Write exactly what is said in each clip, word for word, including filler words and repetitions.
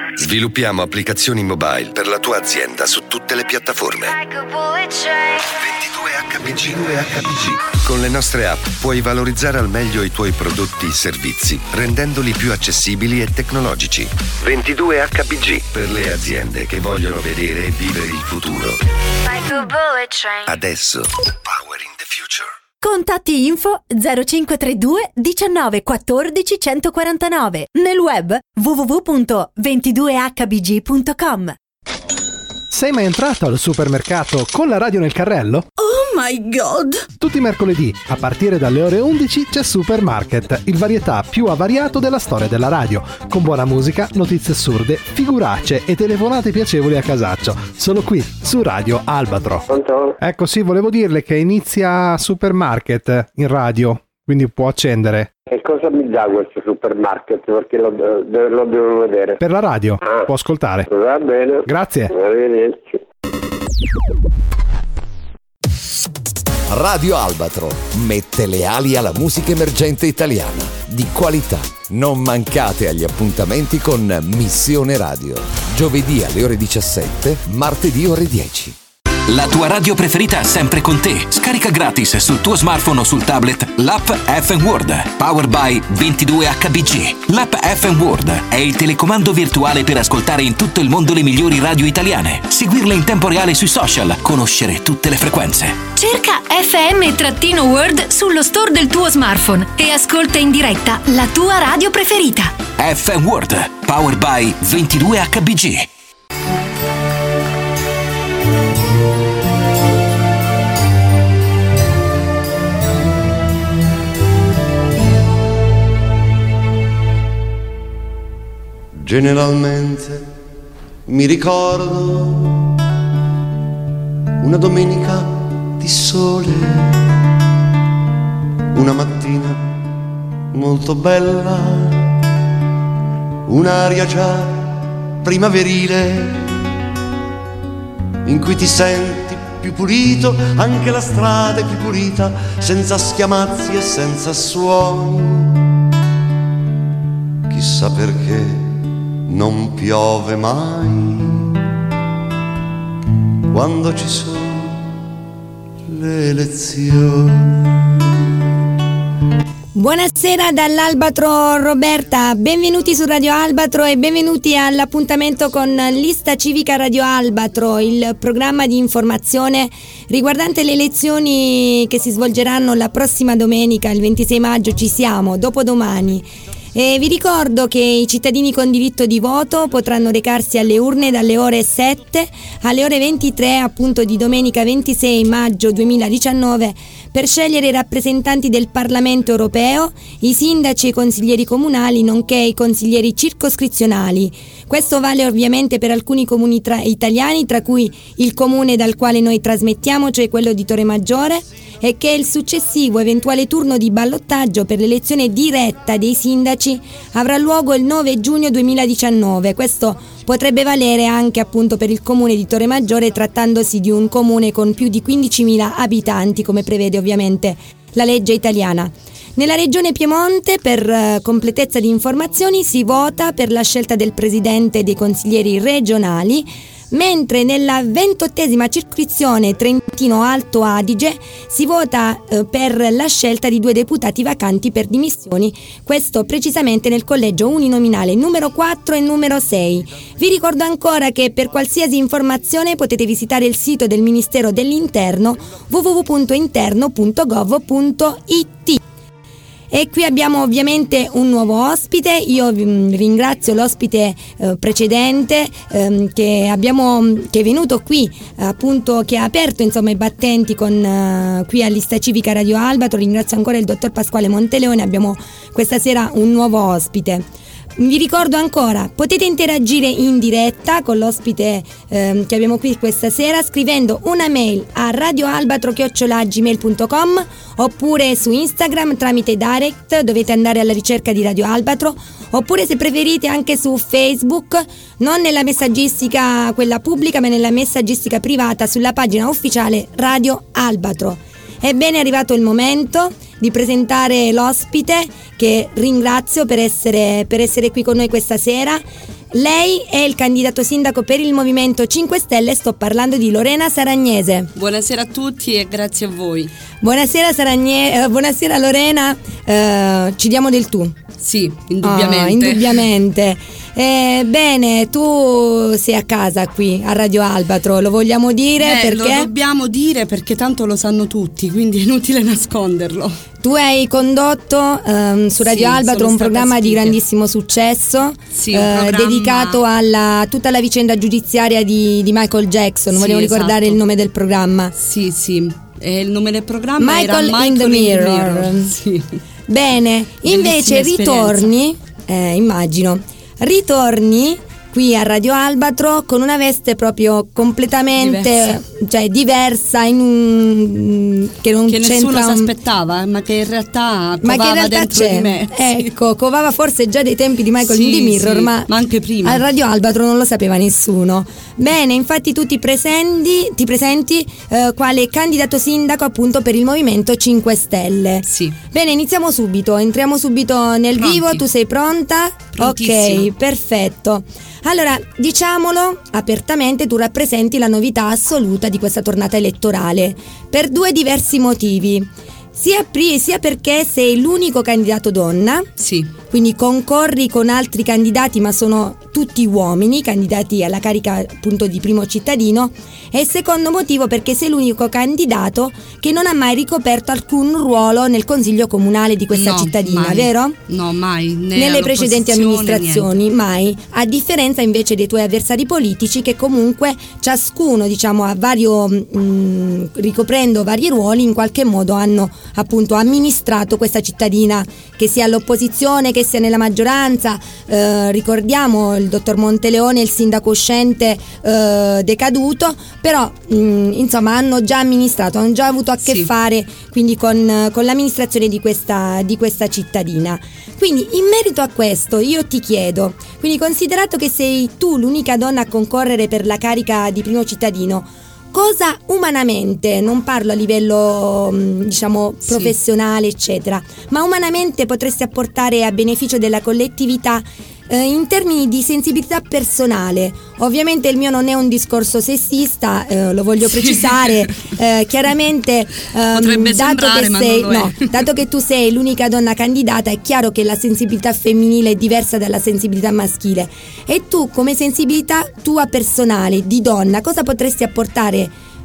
Sviluppiamo applicazioni mobile per la tua azienda su tutte le piattaforme. ventidue H P G. ventidue H P G. Con le nostre app puoi valorizzare al meglio i tuoi prodotti e servizi, rendendoli più accessibili e tecnologici. ventidue H P G per le aziende che vogliono vedere e vivere il futuro. Adesso. Powering the future. Contatti info zero cinque tre due diciannove quattordici centoquarantanove. Nel web w w w punto ventidue h b g punto com. Sei mai entrato al supermercato con la radio nel carrello? Oh my god! Tutti i mercoledì, a partire dalle ore undici, c'è Supermarket, il varietà più avariato della storia della radio, con buona musica, notizie assurde, figuracce e telefonate piacevoli a casaccio, solo qui, su Radio Albatro. Pronto? Ecco, sì, volevo dirle che inizia Supermarket in radio, quindi può accendere. E cosa mi dà questo Supermarket? Perché lo, lo devo vedere. Per la radio, ah. può ascoltare. Va bene. Grazie. Arrivederci. Radio Albatro mette le ali alla musica emergente italiana di qualità. Non mancate agli appuntamenti con Missione Radio. Giovedì alle ore diciassette, martedì ore dieci. La tua radio preferita è sempre con te. Scarica gratis sul tuo smartphone o sul tablet l'app F M World, powered by ventidue H B G. L'app F M World è il telecomando virtuale per ascoltare in tutto il mondo le migliori radio italiane, seguirle in tempo reale sui social, conoscere tutte le frequenze. Cerca F M-World sullo store del tuo smartphone e ascolta in diretta la tua radio preferita. F M World, powered by ventidue H B G. Generalmente mi ricordo una domenica di sole, una mattina molto bella, un'aria già primaverile in cui ti senti più pulito, anche la strada è più pulita, senza schiamazzi e senza suoni. Chissà perché non piove mai quando ci sono le elezioni. Buonasera dall'Albatro Roberta, benvenuti su Radio Albatro e benvenuti all'appuntamento con Lista Civica Radio Albatro, il programma di informazione riguardante le elezioni che si svolgeranno la prossima domenica, il ventisei maggio ci siamo, dopodomani. E vi ricordo che i cittadini con diritto di voto potranno recarsi alle urne dalle ore sette alle ore ventitré appunto di domenica ventisei maggio duemiladiciannove per scegliere i rappresentanti del Parlamento europeo, i sindaci e i consiglieri comunali nonché i consiglieri circoscrizionali. Questo vale ovviamente per alcuni comuni tra- italiani, tra cui il comune dal quale noi trasmettiamo, cioè quello di Torremaggiore, e che il successivo eventuale turno di ballottaggio per l'elezione diretta dei sindaci avrà luogo il nove giugno duemiladiciannove. Questo potrebbe valere anche appunto per il comune di Torremaggiore, trattandosi di un comune con più di quindicimila abitanti, come prevede ovviamente la legge italiana. Nella regione Piemonte, per uh, completezza di informazioni, si vota per la scelta del presidente e dei consiglieri regionali, mentre nella ventottesima circoscrizione Trentino Alto Adige si vota eh, per la scelta di due deputati vacanti per dimissioni, questo precisamente nel collegio uninominale numero quattro e numero sei. Vi ricordo ancora che per qualsiasi informazione potete visitare il sito del Ministero dell'Interno w w w punto interno punto gov punto i t. E qui abbiamo ovviamente un nuovo ospite. Io ringrazio l'ospite eh, precedente ehm, che abbiamo che è venuto qui appunto, che ha aperto insomma i battenti con uh, qui a Lista Civica Radio Albatro. Ringrazio ancora il dottor Pasquale Monteleone. Abbiamo questa sera un nuovo ospite. Vi ricordo ancora, potete interagire in diretta con l'ospite ehm, che abbiamo qui questa sera scrivendo una mail a radioalbatro chiocciola gmail punto com oppure su Instagram tramite direct, dovete andare alla ricerca di Radio Albatro, oppure se preferite anche su Facebook, non nella messaggistica quella pubblica ma nella messaggistica privata sulla pagina ufficiale Radio Albatro. Ebbene, è arrivato il momento di presentare l'ospite che ringrazio per essere, per essere qui con noi questa sera. Lei è il candidato sindaco per il Movimento cinque Stelle, sto parlando di Lorena Saragnese. Buonasera a tutti e grazie a voi. Buonasera Saragne- eh, buonasera Lorena, eh, ci diamo del tu? Sì, indubbiamente. Ah, indubbiamente. Eh, bene, tu sei a casa qui a Radio Albatro, lo vogliamo dire? Beh, perché? Lo dobbiamo dire perché tanto lo sanno tutti, quindi è inutile nasconderlo. Tu hai condotto ehm, su Radio Sì, Albatro sono un stata programma di speaker. grandissimo successo, Sì, un eh, programma- dedicato alla tutta la vicenda giudiziaria di, di Michael Jackson. Sì, Vogliamo ricordare esatto. il nome del programma? Sì, sì. E il nome del programma Michael era in Michael the Mirror. Sì. Bene, invece Bellissima ritorni, eh, immagino, ritorni qui a Radio Albatro con una veste proprio completamente Diversa. cioè diversa, in un, che non Che nessuno c'entra si un- aspettava, ma che in realtà ma che in covava realtà dentro c'è, di me. Sì. ecco, covava forse già dei tempi di Michael Sì, in the Mirror, sì, ma, ma anche prima. a Radio Albatro non lo sapeva nessuno. Bene, infatti tu ti presenti, ti presenti eh, quale candidato sindaco appunto per il Movimento cinque Stelle. Sì. Bene, iniziamo subito, entriamo subito nel Pronti. vivo, tu sei pronta? Prontissima. Ok, perfetto. Allora, diciamolo apertamente, tu rappresenti la novità assoluta di questa tornata elettorale per due diversi motivi. Sia, pri- sia perché sei l'unico candidato donna, Sì. quindi concorri con altri candidati ma sono tutti uomini, candidati alla carica appunto di primo cittadino, e il secondo motivo perché sei l'unico candidato che non ha mai ricoperto alcun ruolo nel consiglio comunale di questa No, cittadina, mai. vero? No, mai. Né Nelle precedenti all'opposizione, amministrazioni mai, a differenza invece dei tuoi avversari politici che comunque ciascuno diciamo a vario mh, ricoprendo vari ruoli in qualche modo hanno appunto amministrato questa cittadina, che sia all'opposizione che sia nella maggioranza. Eh, ricordiamo il dottor Monteleone, il sindaco uscente eh, decaduto, però mh, insomma hanno già amministrato, hanno già avuto a che Sì. fare quindi con, con l'amministrazione di questa, di questa cittadina. Quindi in merito a questo io ti chiedo, quindi considerato che sei tu l'unica donna a concorrere per la carica di primo cittadino, cosa umanamente, non parlo a livello mh, diciamo Sì. professionale eccetera, ma umanamente potresti apportare a beneficio della collettività eh, in termini di sensibilità personale? Ovviamente il mio non è un discorso sessista, eh, lo voglio Sì. precisare, eh, chiaramente ehm, Potrebbe dato sembrare, che ma sei non lo è. no, dato che tu sei l'unica donna candidata, è chiaro che la sensibilità femminile è diversa dalla sensibilità maschile, e tu come sensibilità tua personale di donna cosa potresti apportare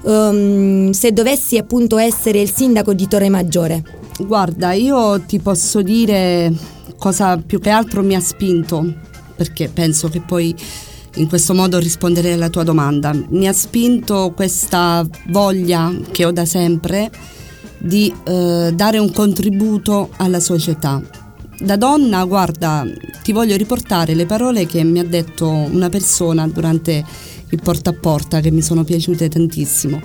um, se dovessi appunto essere il sindaco di Torre Maggiore? Guarda, io ti posso dire cosa più che altro mi ha spinto, perché penso che poi in questo modo risponderei alla tua domanda. Mi ha spinto questa voglia che ho da sempre di eh, dare un contributo alla società. Da donna, guarda, ti voglio riportare le parole che mi ha detto una persona durante il porta a porta, che mi sono piaciute tantissimo.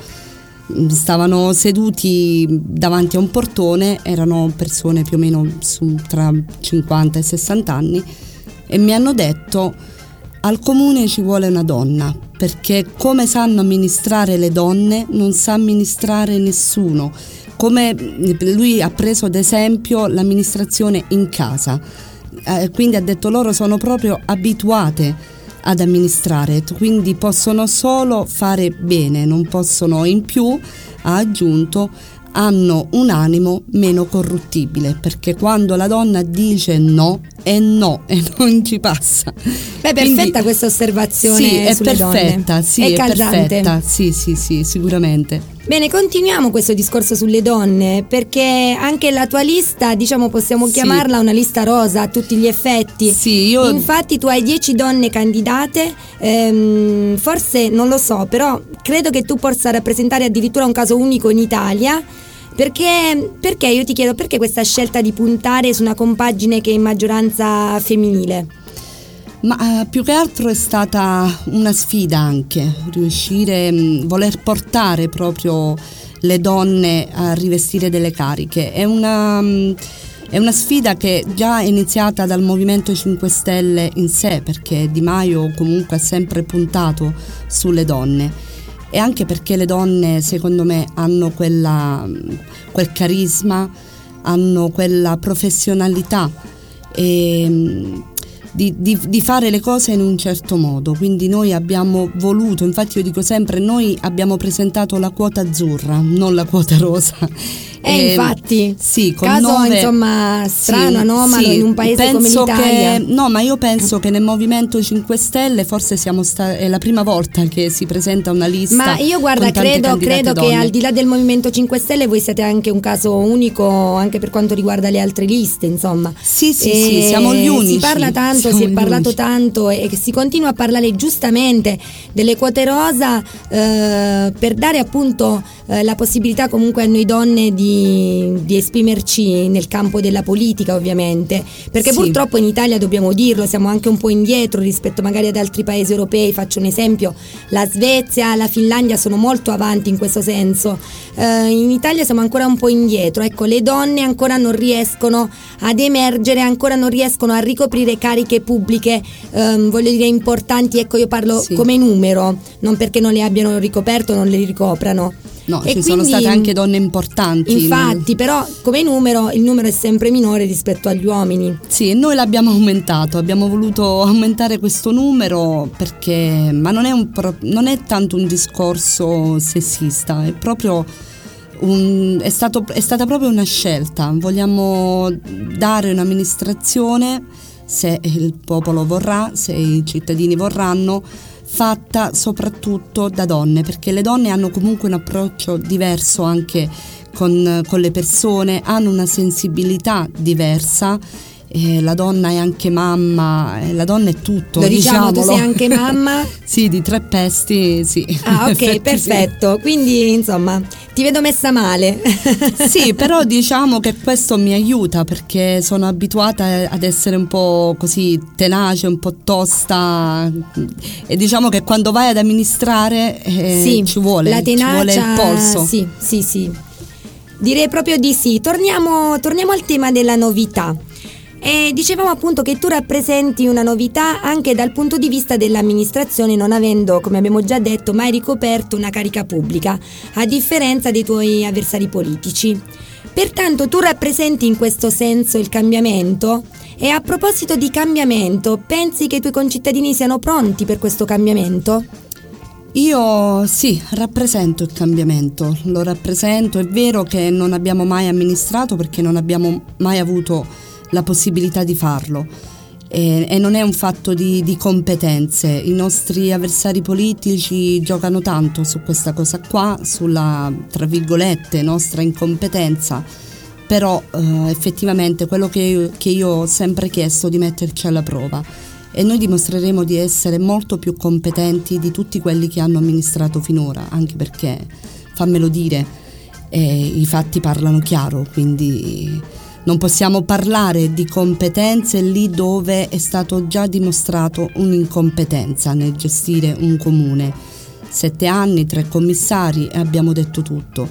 Stavano seduti davanti a un portone, erano persone più o meno su, tra cinquanta e sessanta anni, e mi hanno detto: al comune ci vuole una donna, perché come sanno amministrare le donne non sa amministrare nessuno. Come lui ha preso ad esempio l'amministrazione in casa, eh, quindi ha detto loro sono proprio abituate ad amministrare, quindi possono solo fare bene, non possono. In più, ha aggiunto, hanno un animo meno corruttibile, perché quando la donna dice no è no e non ci passa. Beh, perfetta quindi, questa osservazione. Sì, è sulle perfetta, donne. sì, è, è calzante. perfetta, sì, sì, sì, sicuramente. Bene, continuiamo questo discorso sulle donne, perché anche la tua lista, diciamo, possiamo Sì. chiamarla una lista rosa a tutti gli effetti. Sì, io... Infatti tu hai dieci donne candidate, ehm, forse non lo so, però credo che tu possa rappresentare addirittura un caso unico in Italia. Perché, perché io ti chiedo, perché questa scelta di puntare su una compagine che è in maggioranza femminile? Ma eh, più che altro è stata una sfida anche, riuscire, mh, voler portare proprio le donne a rivestire delle cariche. È una, mh, è una sfida che già è iniziata dal Movimento cinque Stelle in sé, perché Di Maio comunque ha sempre puntato sulle donne. E anche perché le donne secondo me hanno quella, quel carisma, hanno quella professionalità e Di, di, di fare le cose in un certo modo, quindi noi abbiamo voluto, infatti io dico sempre, noi abbiamo presentato la quota azzurra, non la quota rosa. Eh, e, infatti, sì, con caso nove, insomma strano, sì, anomalo sì, in un paese penso come l'Italia. Che, no, ma io penso che nel Movimento cinque Stelle forse siamo sta- è la prima volta che si presenta una lista. Ma io guarda, credo, credo che al di là del Movimento cinque Stelle voi siete anche un caso unico anche per quanto riguarda le altre liste, insomma. Sì, sì, e sì, siamo gli unici. Si parla tanto, siamo si è parlato unici. tanto e si continua a parlare giustamente delle quote rosa eh, per dare appunto eh, la possibilità comunque a noi donne di di esprimerci nel campo della politica, ovviamente, perché sì. purtroppo in Italia, dobbiamo dirlo, siamo anche un po' indietro rispetto magari ad altri paesi europei. Faccio un esempio: la Svezia, la Finlandia sono molto avanti in questo senso. Eh, in Italia siamo ancora un po' indietro, ecco, le donne ancora non riescono ad emergere, ancora non riescono a ricoprire cariche pubbliche, ehm, voglio dire importanti, ecco, io parlo sì. come numero, non perché non le abbiano ricoperto, non le ricoprano. No, E ci quindi, sono state anche donne importanti. Infatti, però come numero il numero è sempre minore rispetto agli uomini. Sì, noi l'abbiamo aumentato, abbiamo voluto aumentare questo numero perché, ma non è, un pro, non è tanto un discorso sessista, è proprio un, è, stato, è stata proprio una scelta. Vogliamo dare un'amministrazione, se il popolo vorrà, se i cittadini vorranno, fatta soprattutto da donne, perché le donne hanno comunque un approccio diverso anche con, con le persone, hanno una sensibilità diversa. Eh, la donna è anche mamma, eh, la donna è tutto. Lo diciamo, diciamolo. Tu sei anche mamma? Sì, di tre pesti, sì. Ah, ok, perfetto. Sì. Quindi, insomma, ti vedo messa male. Sì, però diciamo che questo mi aiuta perché sono abituata ad essere un po' così tenace, un po' tosta, e diciamo che quando vai ad amministrare eh, sì, ci vuole, la tenacia, ci vuole il polso. Sì, sì, sì. Direi proprio di sì. Torniamo, torniamo al tema della novità. E dicevamo appunto che tu rappresenti una novità anche dal punto di vista dell'amministrazione, non avendo, come abbiamo già detto, mai ricoperto una carica pubblica, a differenza dei tuoi avversari politici. Pertanto tu rappresenti in questo senso il cambiamento. E a proposito di cambiamento, pensi che i tuoi concittadini siano pronti per questo cambiamento? Io sì, rappresento il cambiamento, lo rappresento. È vero che non abbiamo mai amministrato perché non abbiamo mai avuto la possibilità di farlo e, e non è un fatto di, di competenze. I nostri avversari politici giocano tanto su questa cosa qua, sulla, tra virgolette, nostra incompetenza, però eh, effettivamente quello che io, che io ho sempre chiesto di metterci alla prova, e noi dimostreremo di essere molto più competenti di tutti quelli che hanno amministrato finora, anche perché, fammelo dire, eh, i fatti parlano chiaro, quindi non possiamo parlare di competenze lì dove è stato già dimostrato un'incompetenza nel gestire un comune. Sette anni, tre commissari e abbiamo detto tutto.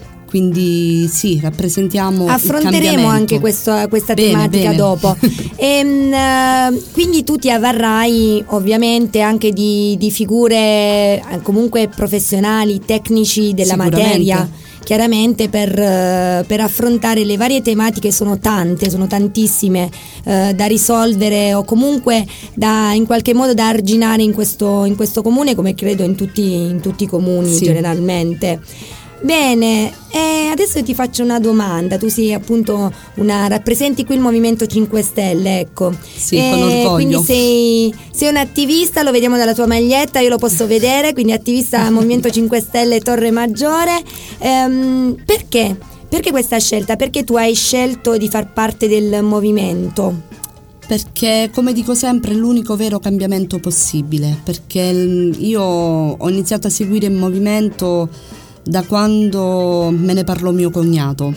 Quindi sì, rappresentiamo affronteremo anche questo, questa bene, tematica bene. dopo. E, uh, quindi tu ti avvarrai ovviamente anche di, di figure comunque professionali, tecnici della materia, chiaramente per, uh, per affrontare le varie tematiche. Sono tante, sono tantissime uh, da risolvere o comunque da, in qualche modo da arginare in questo, in questo comune, come credo in tutti, in tutti i comuni sì. generalmente. Bene, e adesso ti faccio una domanda. Tu sei appunto una, rappresenti qui il Movimento cinque Stelle, ecco. Sì, e con orgoglio. Quindi sei, sei un'attivista, lo vediamo dalla tua maglietta, io lo posso vedere, quindi attivista Movimento cinque Stelle Torre Maggiore. Ehm, perché? Perché questa scelta? Perché tu hai scelto di far parte del movimento? Perché, come dico sempre, è l'unico vero cambiamento possibile, perché io ho iniziato a seguire il movimento da quando me ne parlò mio cognato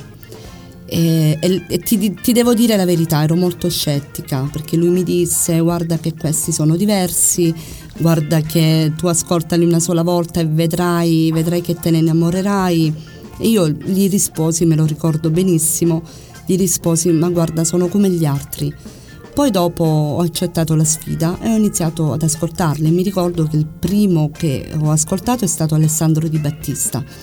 e, e, e ti, ti devo dire la verità, ero molto scettica, perché lui mi disse: guarda che questi sono diversi, guarda che tu ascoltali una sola volta e vedrai, vedrai che te ne innamorerai. E io gli risposi, me lo ricordo benissimo, gli risposi: ma guarda, sono come gli altri. Poi dopo ho accettato la sfida e ho iniziato ad ascoltarle. Mi ricordo che il primo che ho ascoltato è stato Alessandro Di Battista,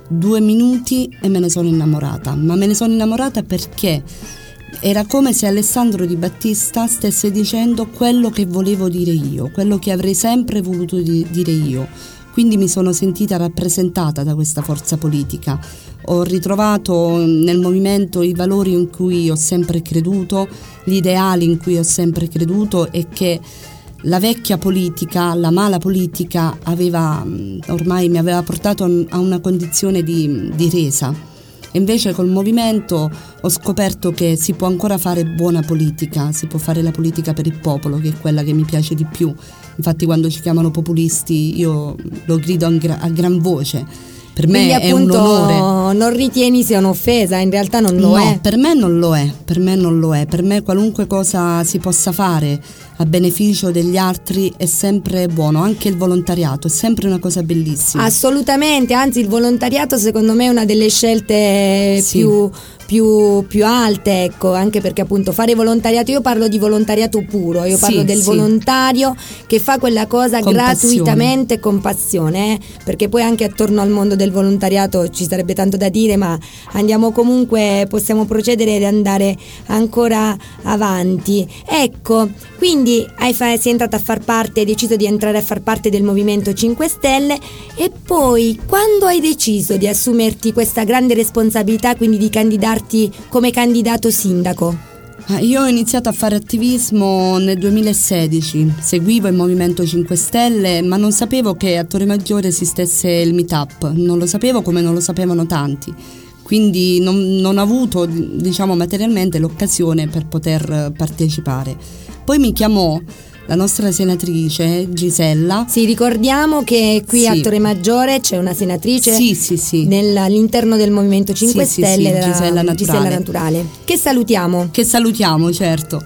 due minuti e me ne sono innamorata, ma me ne sono innamorata perché era come se Alessandro Di Battista stesse dicendo quello che volevo dire io, quello che avrei sempre voluto di- dire io. Quindi mi sono sentita rappresentata da questa forza politica. Ho ritrovato nel movimento i valori in cui ho sempre creduto, gli ideali in cui ho sempre creduto e che la vecchia politica, la mala politica aveva ormai mi aveva portato a una condizione di, di resa. E invece col movimento ho scoperto che si può ancora fare buona politica, si può fare la politica per il popolo, che è quella che mi piace di più. Infatti quando ci chiamano populisti io lo grido a, gra- a gran voce. Per me Quindi, è appunto, un onore. Non ritieni sia un'offesa, in realtà non lo no, è. per me non lo è, per me non lo è. Per me qualunque cosa si possa fare a beneficio degli altri è sempre buono, anche il volontariato è sempre una cosa bellissima. Assolutamente, anzi il volontariato secondo me è una delle scelte Sì. più Più, più alte, ecco, anche perché appunto fare volontariato, io parlo di volontariato puro, io Sì, parlo del sì. volontario che fa quella cosa Con gratuitamente e con passione, eh? Perché poi anche attorno al mondo del volontariato ci sarebbe tanto da dire, ma andiamo comunque, possiamo procedere ed andare ancora avanti. Ecco, quindi hai fa- sei entrata a far parte, hai deciso di entrare a far parte del Movimento cinque Stelle, e poi quando hai deciso di assumerti questa grande responsabilità, quindi di candidarti come candidato sindaco? Io ho iniziato a fare attivismo nel duemilasedici, seguivo il Movimento cinque Stelle, ma non sapevo che a Torre Maggiore esistesse il meetup, non lo sapevo come non lo sapevano tanti, quindi non, non ho avuto, diciamo, materialmente l'occasione per poter partecipare. Poi mi chiamò la nostra senatrice Gisella. Sì, ricordiamo che qui Sì. a Torre Maggiore c'è una senatrice Sì, sì, sì. nel- all'interno del Movimento cinque Sì, sì, Stelle, sì, la- Gisella Naturale. Gisella Naturale, che salutiamo. Che salutiamo, certo.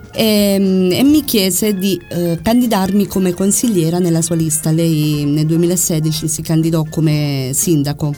E, e mi chiese di eh, candidarmi come consigliera nella sua lista. Lei nel duemilasedici si candidò come sindaco.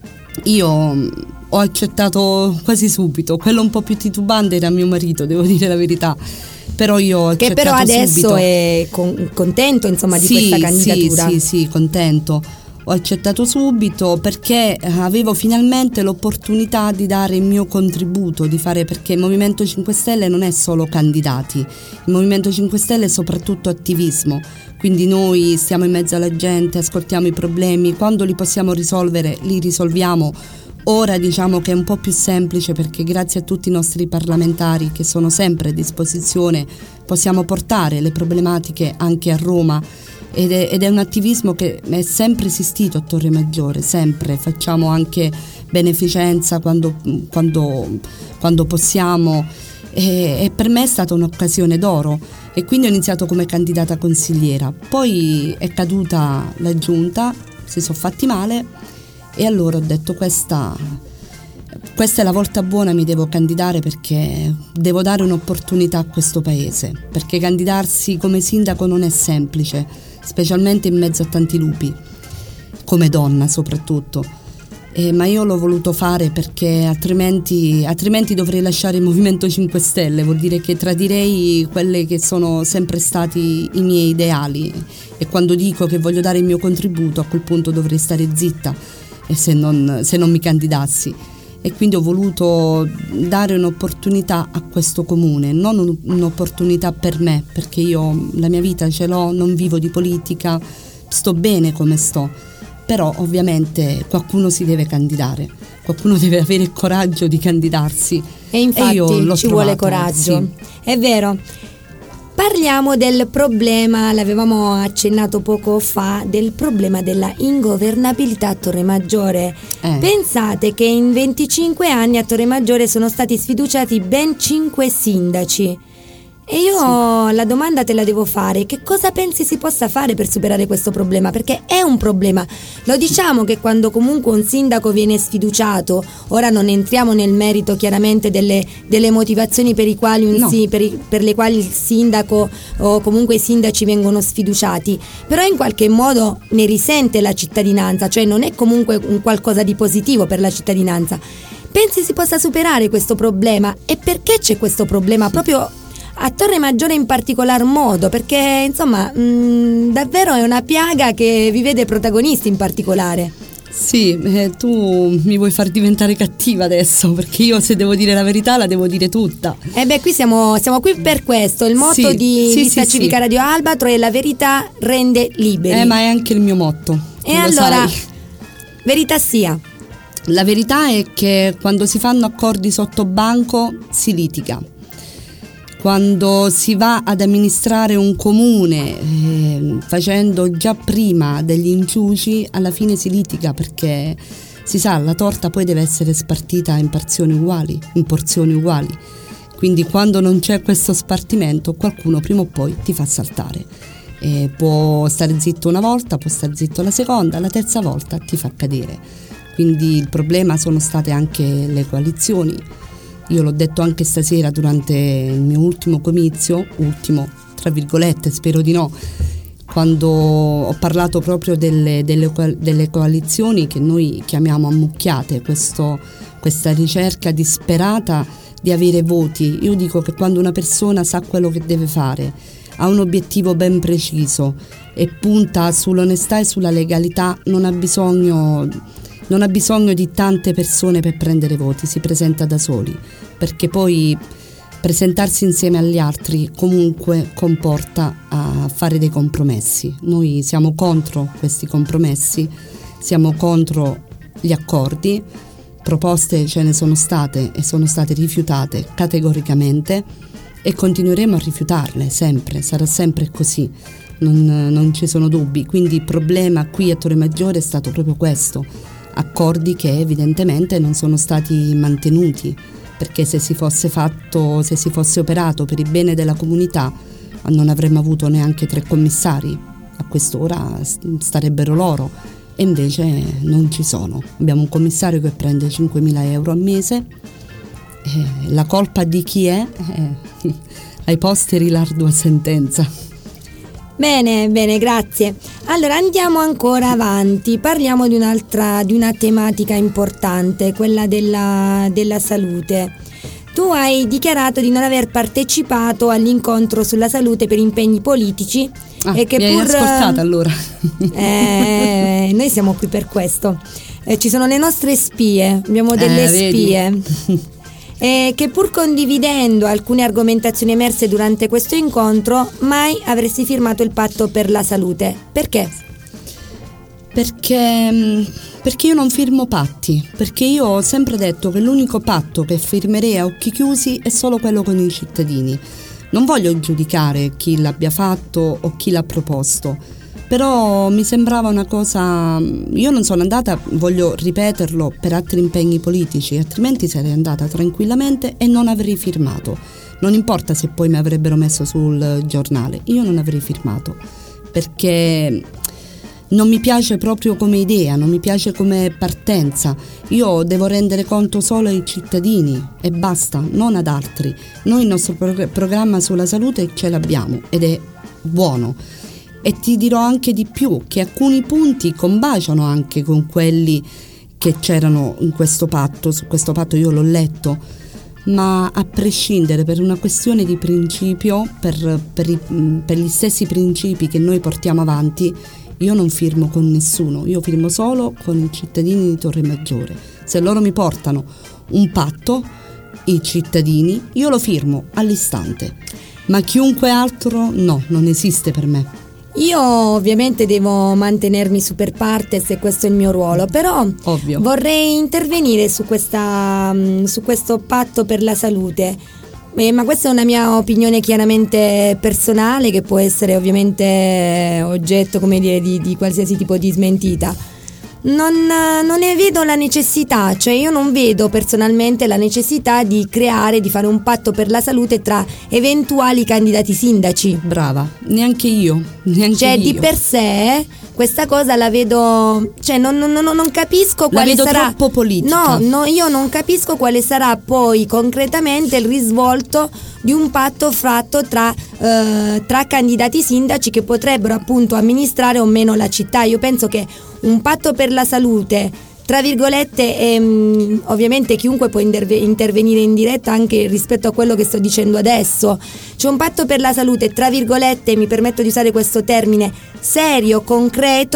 Io ho accettato quasi subito. Quello un po' più titubante era mio marito, devo dire la verità. Però io ho accettato Che però adesso subito. è con- contento, insomma, di Sì, questa candidatura. Sì, sì, sì, contento. Ho accettato subito perché avevo finalmente l'opportunità di dare il mio contributo, di fare, perché il Movimento cinque Stelle non è solo candidati, il Movimento cinque Stelle è soprattutto attivismo, quindi noi stiamo in mezzo alla gente, ascoltiamo i problemi, quando li possiamo risolvere li risolviamo. Ora diciamo che è un po' più semplice perché grazie a tutti i nostri parlamentari che sono sempre a disposizione possiamo portare le problematiche anche a Roma. Ed è, ed è un attivismo che è sempre esistito a Torre Maggiore, sempre, facciamo anche beneficenza quando, quando, quando possiamo e, e per me è stata un'occasione d'oro e quindi ho iniziato come candidata consigliera, poi è caduta la giunta, si sono fatti male e allora ho detto questa, questa è la volta buona, mi devo candidare perché devo dare un'opportunità a questo paese, perché candidarsi come sindaco non è semplice, specialmente in mezzo a tanti lupi, come donna soprattutto, eh, ma io l'ho voluto fare perché altrimenti, altrimenti dovrei lasciare il Movimento cinque Stelle, vuol dire che tradirei quelle che sono sempre stati i miei ideali e quando dico che voglio dare il mio contributo a quel punto dovrei stare zitta e se non, se non mi candidassi. E quindi ho voluto dare un'opportunità a questo comune, non un, un'opportunità per me, perché io la mia vita ce l'ho, non vivo di politica, sto bene come sto, però ovviamente qualcuno si deve candidare, qualcuno deve avere il coraggio di candidarsi. E infatti e io l'ho ci trovato, vuole coraggio, sì. È vero. Parliamo del problema, l'avevamo accennato poco fa, del problema della ingovernabilità a Torre Maggiore. Eh. Pensate che in venticinque anni a Torre Maggiore sono stati sfiduciati ben cinque sindaci. E io sì. La domanda te la devo fare: che cosa pensi si possa fare per superare questo problema? Perché è un problema. Lo diciamo che quando comunque un sindaco viene sfiduciato, ora non entriamo nel merito chiaramente delle, delle motivazioni per, i quali un no. si, per, i, per le quali il sindaco o comunque i sindaci vengono sfiduciati, però in qualche modo ne risente la cittadinanza, cioè non è comunque un qualcosa di positivo per la cittadinanza. Pensi si possa superare questo problema? E perché c'è questo problema proprio a Torre Maggiore in particolar modo? Perché insomma mh, davvero è una piaga che vi vede protagonisti in particolare. Sì, eh, tu mi vuoi far diventare cattiva adesso, perché io se devo dire la verità la devo dire tutta. Eh beh, qui siamo, siamo qui per questo, il motto Sì, di sì, Lista sì, Civica sì. Radio Albatro è la verità rende liberi. Eh, ma è anche il mio motto. E tu lo allora, sai. verità sia. La verità è che quando si fanno accordi sotto banco si litiga. Quando si va ad amministrare un comune eh, facendo già prima degli inciuci, alla fine si litiga, perché si sa, la torta poi deve essere spartita in porzioni uguali, in porzioni uguali. Quindi quando non c'è questo spartimento, qualcuno prima o poi ti fa saltare. E può stare zitto una volta, può stare zitto la seconda, la terza volta ti fa cadere. Quindi il problema sono state anche le coalizioni. Io l'ho detto anche stasera durante il mio ultimo comizio, ultimo tra virgolette, spero di no, quando ho parlato proprio delle, delle, delle coalizioni che noi chiamiamo ammucchiate, questo, questa ricerca disperata di avere voti. Io dico che quando una persona sa quello che deve fare, ha un obiettivo ben preciso e punta sull'onestà e sulla legalità, non ha bisogno... non ha bisogno di tante persone per prendere voti, si presenta da soli, perché poi presentarsi insieme agli altri comunque comporta a fare dei compromessi. Noi siamo contro questi compromessi, siamo contro gli accordi, proposte ce ne sono state e sono state rifiutate categoricamente e continueremo a rifiutarle sempre, sarà sempre così. Non, non ci sono dubbi, quindi il problema qui a Torre Maggiore è stato proprio questo, accordi che evidentemente non sono stati mantenuti, perché se si fosse fatto, se si fosse operato per il bene della comunità non avremmo avuto neanche tre commissari, a quest'ora starebbero loro e invece non ci sono. Abbiamo un commissario che prende cinquemila euro a mese, eh, la colpa di chi è? Eh, ai posteri l'ardua sentenza. Bene, bene, grazie. Allora andiamo ancora avanti, parliamo di un'altra, di una tematica importante, quella della, della salute. Tu hai dichiarato di non aver partecipato all'incontro sulla salute per impegni politici ah, e che mi pur hai ascoltata allora. eh, noi siamo qui per questo. Eh, ci sono le nostre spie, abbiamo delle eh, spie. E che pur condividendo alcune argomentazioni emerse durante questo incontro, mai avresti firmato il patto per la salute. Perché? Perché, perché io non firmo patti, perché io ho sempre detto che l'unico patto che firmerei a occhi chiusi è solo quello con i cittadini. Non voglio giudicare chi l'abbia fatto o chi l'ha proposto, però mi sembrava una cosa, io non sono andata, voglio ripeterlo, per altri impegni politici, altrimenti sarei andata tranquillamente e non avrei firmato. Non importa se poi mi avrebbero messo sul giornale, io non avrei firmato, perché non mi piace proprio come idea, non mi piace come partenza. Io devo rendere conto solo ai cittadini e basta, non ad altri. Noi il nostro prog- programma sulla salute ce l'abbiamo ed è buono. E ti dirò anche di più, che alcuni punti combaciano anche con quelli che c'erano in questo patto. Su questo patto io l'ho letto, ma a prescindere, per una questione di principio, per, per, i, per gli stessi principi che noi portiamo avanti, io non firmo con nessuno, io firmo solo con i cittadini di Torre Maggiore. Se loro mi portano un patto, i cittadini, io lo firmo all'istante, ma chiunque altro no, non esiste per me. Io ovviamente devo mantenermi super partes e questo è il mio ruolo, però Ovvio. vorrei intervenire su, questa, su questo patto per la salute, eh, ma questa è una mia opinione chiaramente personale che può essere ovviamente oggetto, come dire, di, di qualsiasi tipo di smentita. Non, non ne vedo la necessità, cioè io non vedo personalmente la necessità di creare, di fare un patto per la salute tra eventuali candidati sindaci. Brava, neanche io, neanche cioè io. di per sé questa cosa la vedo, cioè non, non, non, non capisco quale la vedo sarà troppo politica. no, no, io non capisco quale sarà poi concretamente il risvolto di un patto fatto tra, eh, tra candidati sindaci che potrebbero appunto amministrare o meno la città. Io penso che un patto per la salute, tra virgolette, ehm, ovviamente chiunque può interve- intervenire in diretta anche rispetto a quello che sto dicendo adesso. C'è un patto per la salute, tra virgolette, mi permetto di usare questo termine, serio, concreto,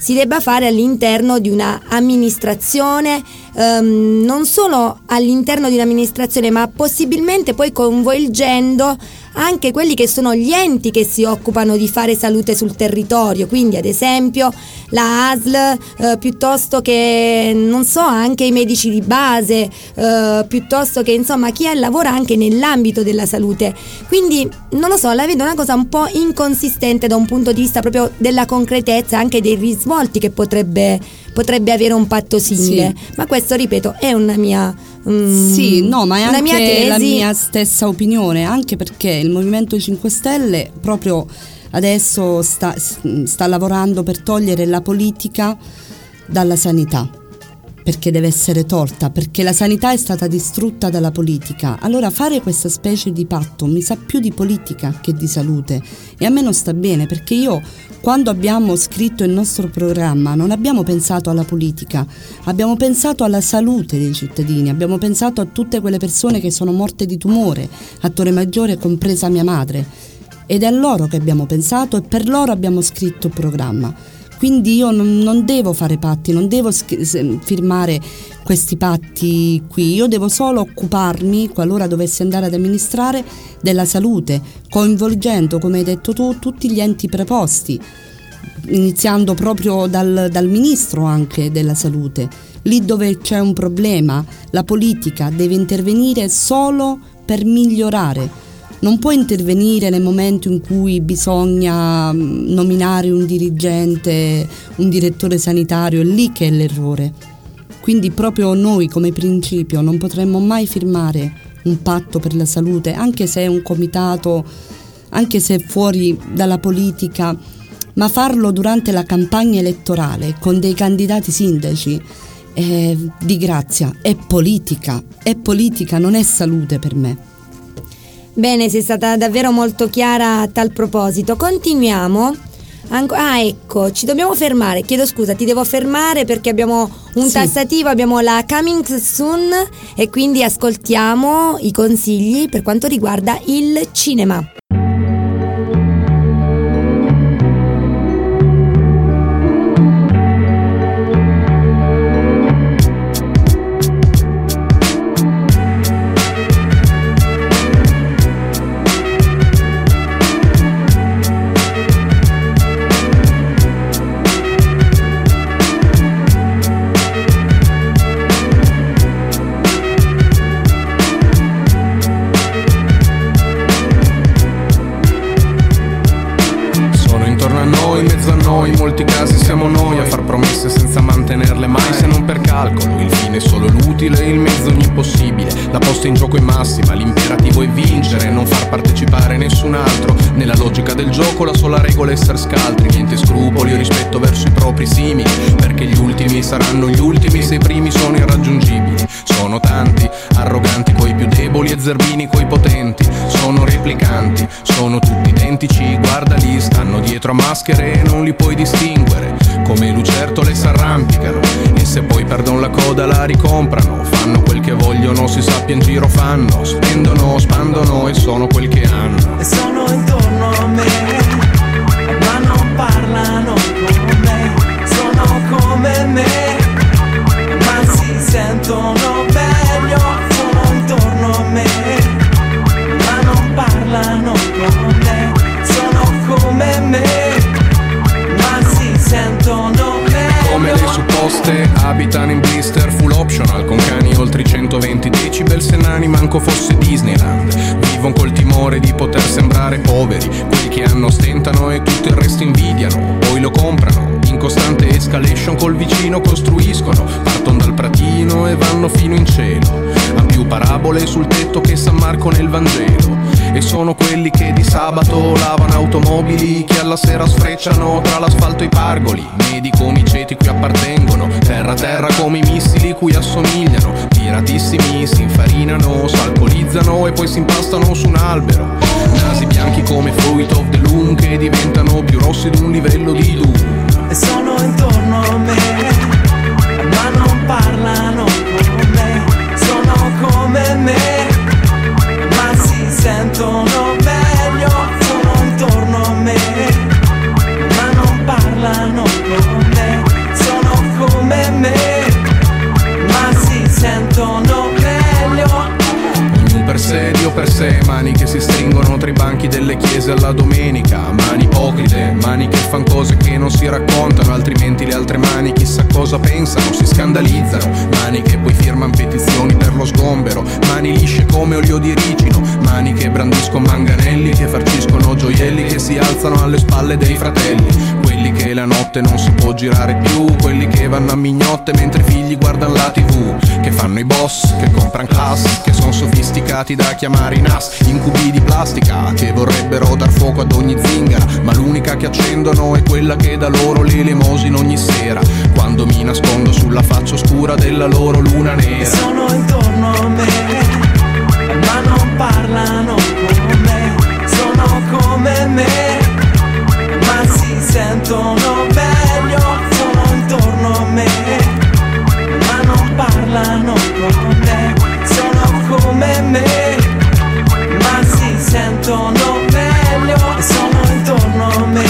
si debba fare all'interno di una amministrazione, ehm, non solo all'interno di un'amministrazione, ma possibilmente poi coinvolgendo anche quelli che sono gli enti che si occupano di fare salute sul territorio, quindi ad esempio la A S L, eh, piuttosto che non so anche i medici di base, eh, piuttosto che insomma chi lavora anche nell'ambito della salute. Quindi non lo so, la vedo una cosa un po' inconsistente da un punto di vista proprio della concretezza, anche dei risvolti che potrebbe, potrebbe avere un patto simile, sì. Ma questo, ripeto, è una mia mm, sì, no, ma è una anche mia tesi. La mia stessa opinione, anche perché il Movimento cinque Stelle proprio adesso sta, sta lavorando per togliere la politica dalla sanità, perché deve essere tolta, perché la sanità è stata distrutta dalla politica. Allora fare questa specie di patto mi sa più di politica che di salute, e a me non sta bene, perché io quando abbiamo scritto il nostro programma non abbiamo pensato alla politica, abbiamo pensato alla salute dei cittadini, abbiamo pensato a tutte quelle persone che sono morte di tumore a Torre Maggiore, compresa mia madre, ed è a loro che abbiamo pensato e per loro abbiamo scritto il programma. Quindi io non, non devo fare patti, non devo sch- firmare questi patti qui, io devo solo occuparmi, qualora dovessi andare ad amministrare, della salute, coinvolgendo, come hai detto tu, tutti gli enti preposti, iniziando proprio dal, dal ministro anche della salute. Lì dove c'è un problema, la politica deve intervenire solo per migliorare. Non può intervenire nel momento in cui bisogna nominare un dirigente, un direttore sanitario, è lì che è l'errore. Quindi proprio noi come principio non potremmo mai firmare un patto per la salute, anche se è un comitato, anche se è fuori dalla politica, ma farlo durante la campagna elettorale con dei candidati sindaci è di grazia, è politica, è politica, non è salute per me. Bene, sei stata davvero molto chiara a tal proposito. Continuiamo. Anco- ah, ecco, ci dobbiamo fermare. Chiedo scusa, ti devo fermare perché abbiamo un sì. tassativo, abbiamo la Coming Soon e quindi ascoltiamo i consigli per quanto riguarda il cinema. In molti casi siamo noi a far promesse senza mantenerle mai, se non per calcolo. Il fine è solo l'utile, il mezzo ogni possibile. La posta in gioco è massima, l'imperativo è vincere, non far partecipare nessun altro. Nella logica del gioco la sola regola è essere scaltri, niente scrupoli o rispetto verso i propri simili, perché gli ultimi saranno gli ultimi se i primi sono irraggiungibili. Sono tanti, arroganti coi più deboli e zerbini coi potenti. Sono replicanti, sono tutti identici, guardali, stanno dietro a maschere e non li puoi distinguere. Come lucertole s'arrampicano e se poi perdono la coda la ricomprano. Fanno quel che vogliono, si sappia in giro fanno, spendono, spandono e sono quel che hanno. E sono intorno a me, ma non parlano con me. Sono come me, ma si sentono meglio. Sono intorno a me, ma non parlano con me. Sono come me, ma si sentono meglio. Come le supposte abitano in blister full optional, con cani oltre i centoventi decibel, se nani manco fosse Disneyland. Vivono col timore di poter sembrare poveri, quelli che hanno stentano e tutto il resto invidiano, poi lo comprano. In costante escalation col vicino costruiscono, partono dal pratino e vanno fino in cielo. Han più parabole sul tetto che San Marco nel Vangelo. E sono quelli che di sabato lavano automobili, che alla sera sfrecciano tra l'asfalto e i pargoli. Medi come i ceti cui appartengono, terra terra come i missili cui assomigliano. Tiratissimi si infarinano, s'alcolizzano e poi si impastano su un albero. Nasi bianchi come Fruit of the Loom, che diventano più rossi di un livello di Doom. E sono intorno a me, ma non parlano con me. Sono come me, ma si sentono meglio. Sono intorno a me, ma non parlano con me. mezzo alla domenica. Mani ipocrite, mani che fan cose che non si raccontano, altrimenti le altre mani chissà cosa pensano, si scandalizzano. Mani che poi firman petizioni per lo sgombero, mani lisce come olio di ricino, mani che brandiscono manganelli, che farciscono gioielli, che si alzano alle spalle dei fratelli, quelli che la notte non si può girare più, quelli che vanno a mignotte mentre i figli guardano la tivù, che fanno i boss, che compran class, che sono sofisticati da chiamare i N A S, incubi di plastica, che vorrebbero dar fuoco ad ogni zingara, ma l'unica che accendono è quella che dà loro le elemosine ogni sera, quando mi nascondo sulla faccia oscura della loro luna nera. Sono intorno a me, ma non parlano con me, sono come me, ma si sentono meglio. Sono intorno a me, ma non parlano con me, sono come me, ma si sentono meglio. Sono intorno a me,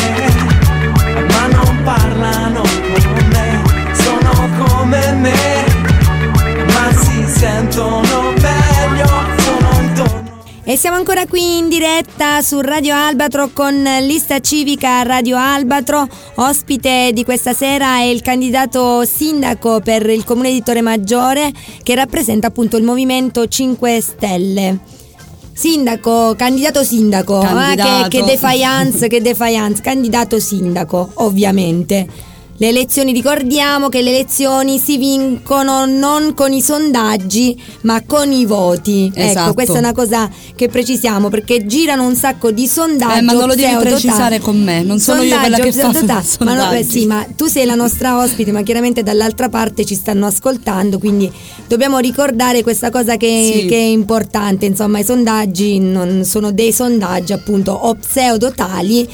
ma non parlano con me, sono come me, ma si sentono meglio. Sono intorno. E siamo ancora qui in diretta su Radio Albatro con Lista Civica Radio Albatro. Ospite di questa sera è il candidato sindaco per il comune di Torremaggiore, che rappresenta appunto il Movimento cinque Stelle. Sindaco, candidato sindaco, Candidato. Ah, che, che defiance, che defiance, candidato sindaco, ovviamente. Le elezioni, ricordiamo che le elezioni si vincono non con i sondaggi ma con i voti. Esatto. Ecco, questa è una cosa che precisiamo, perché girano un sacco di sondaggi. Eh, ma non lo devi precisare con me, non sono io quella che fa sondaggi. Ma no, eh, sì, ma tu sei la nostra ospite, ma chiaramente dall'altra parte ci stanno ascoltando, quindi dobbiamo ricordare questa cosa che, Sì. che è importante. Insomma, i sondaggi non sono dei sondaggi appunto o pseudotali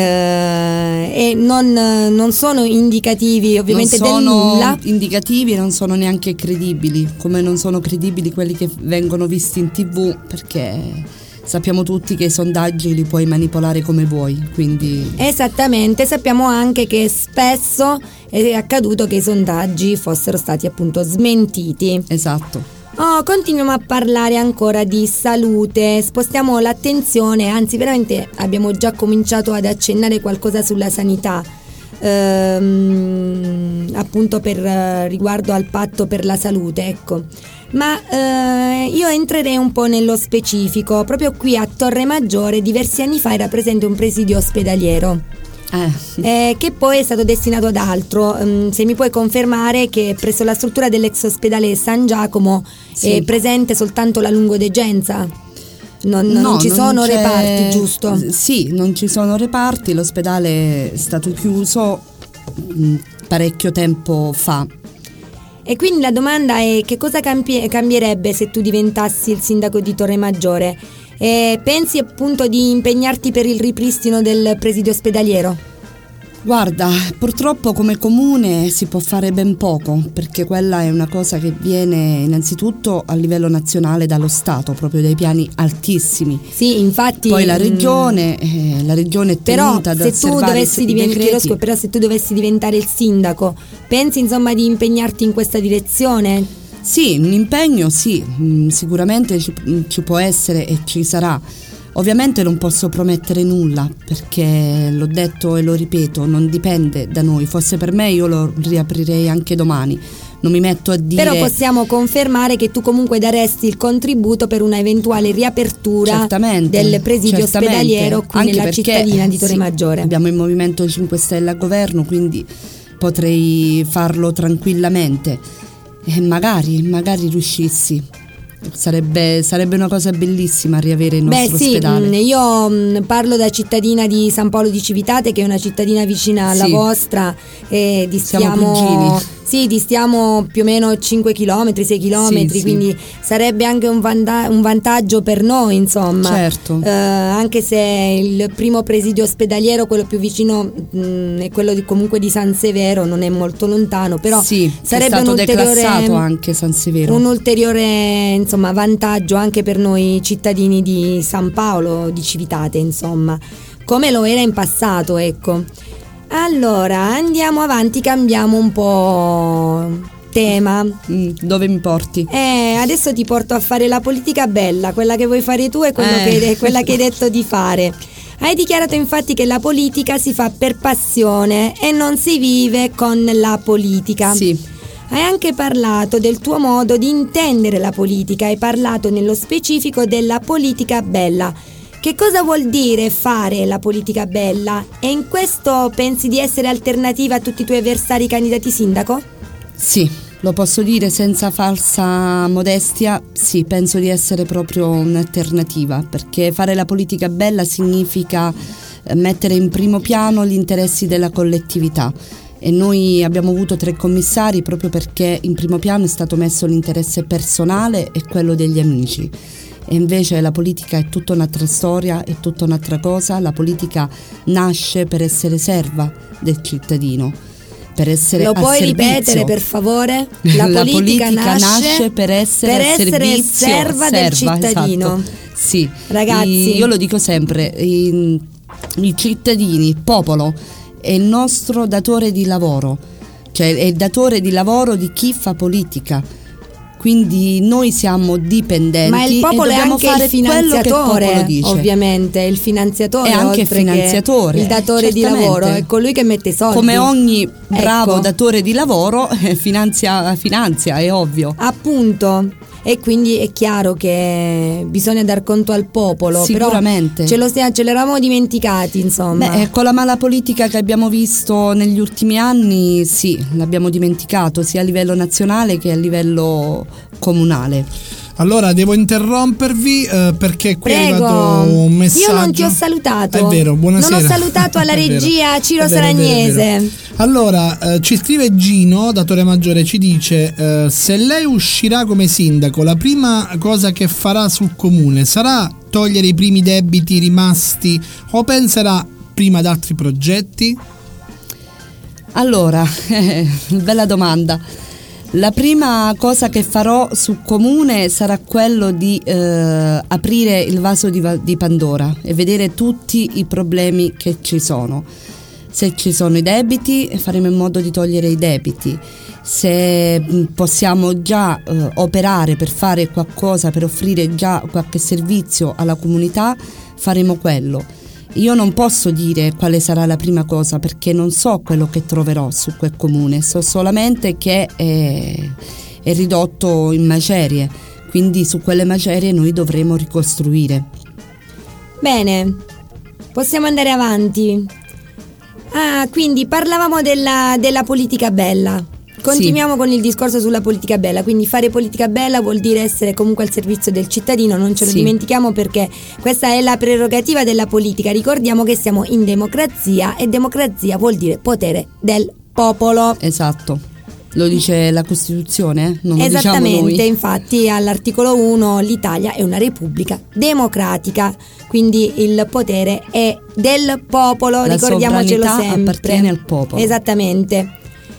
eh, e non, non sono indicativi ovviamente non del sono nulla. indicativi e non sono neanche credibili, come non sono credibili quelli che vengono visti in tv, perché sappiamo tutti che i sondaggi li puoi manipolare come vuoi, quindi Esattamente, sappiamo anche che spesso è accaduto che i sondaggi fossero stati appunto smentiti. Esatto. Oh, continuiamo a parlare ancora di salute, spostiamo l'attenzione, anzi veramente abbiamo già cominciato ad accennare qualcosa sulla sanità, ehm, appunto per riguardo al patto per la salute, ecco. Ma eh, io entrerei un po' nello specifico. Proprio qui a Torremaggiore diversi anni fa era presente un presidio ospedaliero. Eh. Eh, che poi è stato destinato ad altro. Um, se mi puoi confermare che presso la struttura dell'ex ospedale San Giacomo Sì. è presente soltanto la lungodegenza? Non, No, non ci sono c'è- reparti, giusto? Sì, non ci sono reparti, l'ospedale è stato chiuso mh, parecchio tempo fa. E quindi la domanda è: che cosa cambi- cambierebbe se tu diventassi il sindaco di Torremaggiore? E pensi appunto di impegnarti per il ripristino del presidio ospedaliero? Guarda, purtroppo come comune si può fare ben poco, perché quella è una cosa che viene innanzitutto a livello nazionale dallo Stato, proprio dai piani altissimi. Sì, infatti. Poi la mh, regione, eh, la regione è Però tenuta ad se tu osservare dovessi i diventare decreti. però se tu dovessi diventare il sindaco, pensi insomma di impegnarti in questa direzione? Sì, un impegno sì, mh, sicuramente ci, ci può essere e ci sarà. Ovviamente non posso promettere nulla, perché l'ho detto e lo ripeto, non dipende da noi. Fosse per me io lo riaprirei anche domani. Non mi metto a dire. Però possiamo confermare che tu comunque daresti il contributo per una eventuale riapertura Certamente, del presidio certamente. ospedaliero qui Anche nella perché, cittadina di sì, Torremaggiore. abbiamo il Movimento cinque Stelle a governo, quindi potrei farlo tranquillamente e magari, magari riuscissi. Sarebbe, sarebbe una cosa bellissima riavere il nostro Beh sì, ospedale. mh, io mh, parlo da cittadina di San Paolo di Civitate, che è una cittadina vicina alla Sì. vostra, e Siamo distiamo, cugini. sì, distiamo più o meno cinque chilometri, sei chilometri, Sì, sì. quindi sarebbe anche un, vanta- un vantaggio per noi, insomma. Certo. Eh, anche se il primo presidio ospedaliero, quello più vicino, mh, è quello di, comunque di San Severo, non è molto lontano, però Sì, sarebbe è stato un ulteriore declassato anche San Severo. un ulteriore insomma vantaggio anche per noi cittadini di San Paolo di Civitate, insomma, come lo era in passato, ecco. Allora andiamo avanti, cambiamo un po' tema. Mm, dove mi porti? Eh, adesso ti porto a fare la politica bella, quella che vuoi fare tu e quello Eh. che, quella che hai detto di fare. Hai dichiarato infatti che la politica si fa per passione e non si vive con la politica. Sì. Hai anche parlato del tuo modo di intendere la politica, hai parlato nello specifico della politica bella. Che cosa vuol dire fare la politica bella? E in questo pensi di essere alternativa a tutti i tuoi avversari candidati sindaco? Sì, lo posso dire senza falsa modestia, sì, penso di essere proprio un'alternativa, perché fare la politica bella significa mettere in primo piano gli interessi della collettività. E noi abbiamo avuto tre commissari proprio perché in primo piano è stato messo l'interesse personale e quello degli amici. E invece la politica è tutta un'altra storia, è tutta un'altra cosa. La politica nasce per essere serva del cittadino, per essere Lo a puoi servizio. ripetere per favore? La, La politica, politica nasce, nasce per essere, per a essere servizio, serva, del serva, cittadino. esatto. Sì, Ragazzi, I, io lo dico sempre, i, i cittadini, il popolo è il nostro datore di lavoro, cioè è il datore di lavoro di chi fa politica. Quindi noi siamo dipendenti. Ma il popolo e è dobbiamo anche fare il finanziatore, quello che il popolo dice. Ovviamente, il finanziatore è anche oltre finanziatore, che il datore di certamente. lavoro, è colui che mette i soldi. Come ogni bravo Ecco. datore di lavoro eh, finanzia, finanzia, è ovvio. Appunto. E quindi è chiaro che bisogna dar conto al popolo. Sicuramente. Però ce lo stia- ce l'eravamo dimenticati, insomma. Beh, con la mala politica che abbiamo visto negli ultimi anni, sì, l'abbiamo dimenticato sia a livello nazionale che a livello comunale. Allora devo interrompervi eh, perché qui Prego. è arrivato un messaggio. Io non ti ho salutato. È vero, buonasera. Non ho salutato alla È vero. regia Ciro È vero, è vero, è vero. Saragnese. Allora, eh, ci scrive Gino, datore maggiore, ci dice eh, se lei uscirà come sindaco, la prima cosa che farà sul comune sarà togliere i primi debiti rimasti o penserà prima ad altri progetti? Allora, bella domanda. La prima cosa che farò sul comune sarà quello di eh, aprire il vaso di, di Pandora e vedere tutti i problemi che ci sono. Se ci sono i debiti, faremo in modo di togliere i debiti. Se possiamo già eh, operare per fare qualcosa, per offrire già qualche servizio alla comunità, faremo quello. Io non posso dire quale sarà la prima cosa perché non so quello che troverò su quel comune, so solamente che è, è ridotto in macerie, quindi su quelle macerie noi dovremo ricostruire. Bene, possiamo andare avanti. Ah, quindi parlavamo della, della politica bella. Continuiamo sì. con il discorso sulla politica bella, quindi fare politica bella vuol dire essere comunque al servizio del cittadino, non ce lo sì. dimentichiamo perché questa è la prerogativa della politica. Ricordiamo che siamo in democrazia e democrazia vuol dire potere del popolo. Esatto, lo dice la Costituzione, non lo Esattamente, diciamo noi. Infatti all'articolo uno l'Italia è una repubblica democratica, quindi il potere è del popolo, la ricordiamocelo sempre. Appartiene al popolo. Esattamente.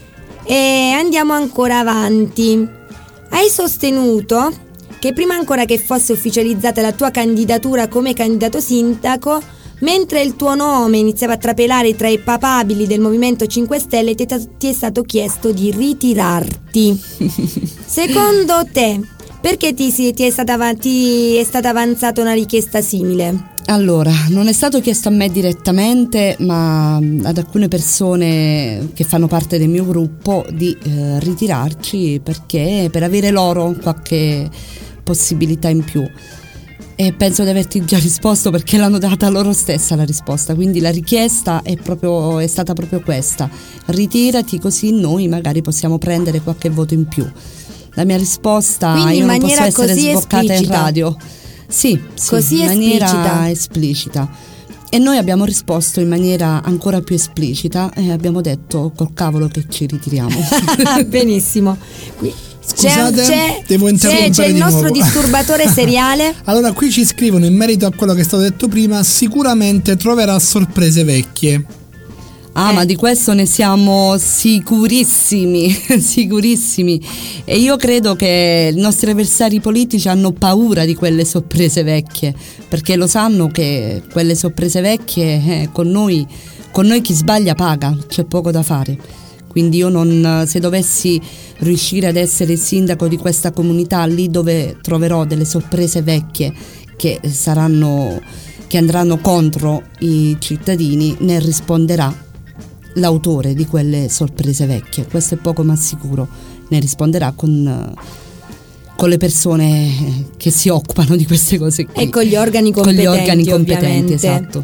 E andiamo ancora avanti. Hai sostenuto che prima ancora che fosse ufficializzata la tua candidatura come candidato sindaco, mentre il tuo nome iniziava a trapelare tra i papabili del Movimento cinque Stelle, ti è stato chiesto di ritirarti. Secondo te, perché ti, ti, è stata, ti è stata avanzata una richiesta simile? Allora, non è stato chiesto a me direttamente, ma ad alcune persone che fanno parte del mio gruppo di eh, ritirarci perché per avere loro qualche possibilità in più. E penso di averti già risposto perché l'hanno data loro stessa la risposta, quindi la richiesta è, proprio, è stata proprio questa: ritirati così noi magari possiamo prendere qualche voto in più. La mia risposta, quindi io in non posso essere sboccata esplicita. in radio. Sì, sì, così in maniera esplicita. esplicita. E noi abbiamo risposto in maniera ancora più esplicita e abbiamo detto col cavolo che ci ritiriamo. Benissimo. Scusate, c'è, c'è, devo interrompere c'è, c'è il di nostro nuovo. disturbatore seriale. Allora, qui ci scrivono in merito a quello che è stato detto prima: sicuramente troverà sorprese vecchie. Ah, eh. ma di questo ne siamo sicurissimi, sicurissimi. E io credo che i nostri avversari politici hanno paura di quelle sorprese vecchie, perché lo sanno che quelle sorprese vecchie eh, con noi, con noi chi sbaglia paga, c'è poco da fare. Quindi io non, se dovessi riuscire ad essere il sindaco di questa comunità, lì dove troverò delle sorprese vecchie che saranno che andranno contro i cittadini, ne risponderà l'autore di quelle sorprese vecchie. Questo è poco ma sicuro, ne risponderà con, con le persone che si occupano di queste cose qui. E con gli organi competenti, con gli organi competenti, ovviamente. esatto.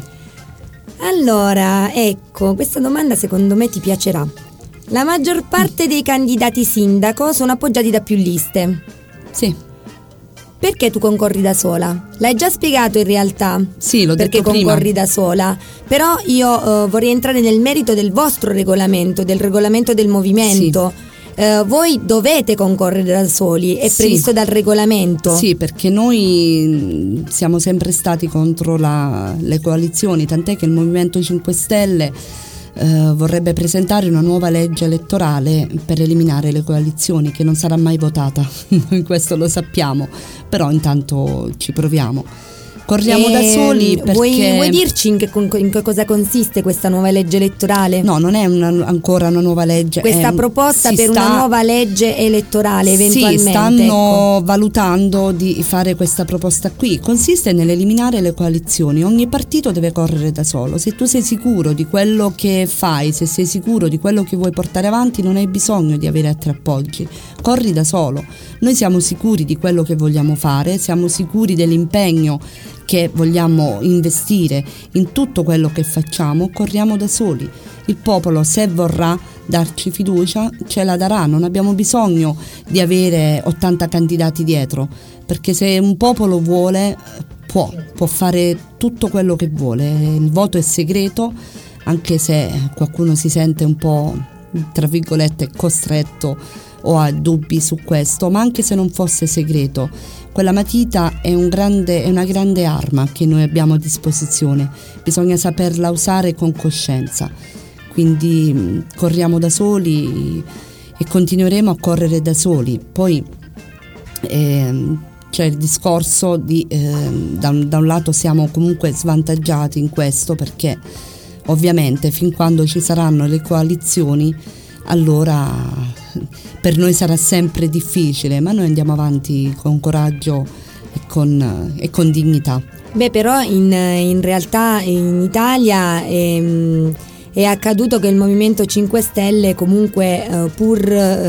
Allora, ecco, questa domanda secondo me ti piacerà. La maggior parte dei candidati sindaco sono appoggiati da più liste. Sì. Perché tu concorri da sola? L'hai già spiegato in realtà. Sì, l'ho perché detto prima. concorri da sola. Però io uh, vorrei entrare nel merito del vostro regolamento, del regolamento del movimento. Sì. Uh, voi dovete concorrere da soli, è Sì. previsto dal regolamento. Sì, perché noi siamo sempre stati contro la, le coalizioni, tant'è che il Movimento cinque Stelle eh, vorrebbe presentare una nuova legge elettorale per eliminare le coalizioni, che non sarà mai votata. Noi questo lo sappiamo, però intanto ci proviamo. Corriamo E da soli perché... Vuoi, vuoi dirci in che, in che cosa consiste questa nuova legge elettorale? No, non è una, ancora una nuova legge. Questa è, proposta per sta, una nuova legge elettorale eventualmente. Sì, stanno ecco. valutando di fare questa proposta qui. Consiste nell'eliminare le coalizioni. Ogni partito deve correre da solo. Se tu sei sicuro di quello che fai, se sei sicuro di quello che vuoi portare avanti, non hai bisogno di avere altri appoggi. Corri da solo. Noi siamo sicuri di quello che vogliamo fare, siamo sicuri dell'impegno che vogliamo investire in tutto quello che facciamo, corriamo da soli. Il popolo, se vorrà darci fiducia, ce la darà. Non abbiamo bisogno di avere ottanta candidati dietro, perché se un popolo vuole può, può fare tutto quello che vuole. Il voto è segreto, anche se qualcuno si sente un po', tra virgolette, costretto o ha dubbi su questo, ma anche se non fosse segreto, quella matita è, un grande, è una grande arma che noi abbiamo a disposizione, bisogna saperla usare con coscienza. Quindi mh, corriamo da soli e continueremo a correre da soli. Poi ehm, c'è il discorso di ehm, da, un, da un lato siamo comunque svantaggiati in questo, perché ovviamente fin quando ci saranno le coalizioni, allora per noi sarà sempre difficile, ma noi andiamo avanti con coraggio e con, e con dignità. Beh, però in, in realtà in Italia è, è accaduto che il Movimento cinque Stelle comunque eh, pur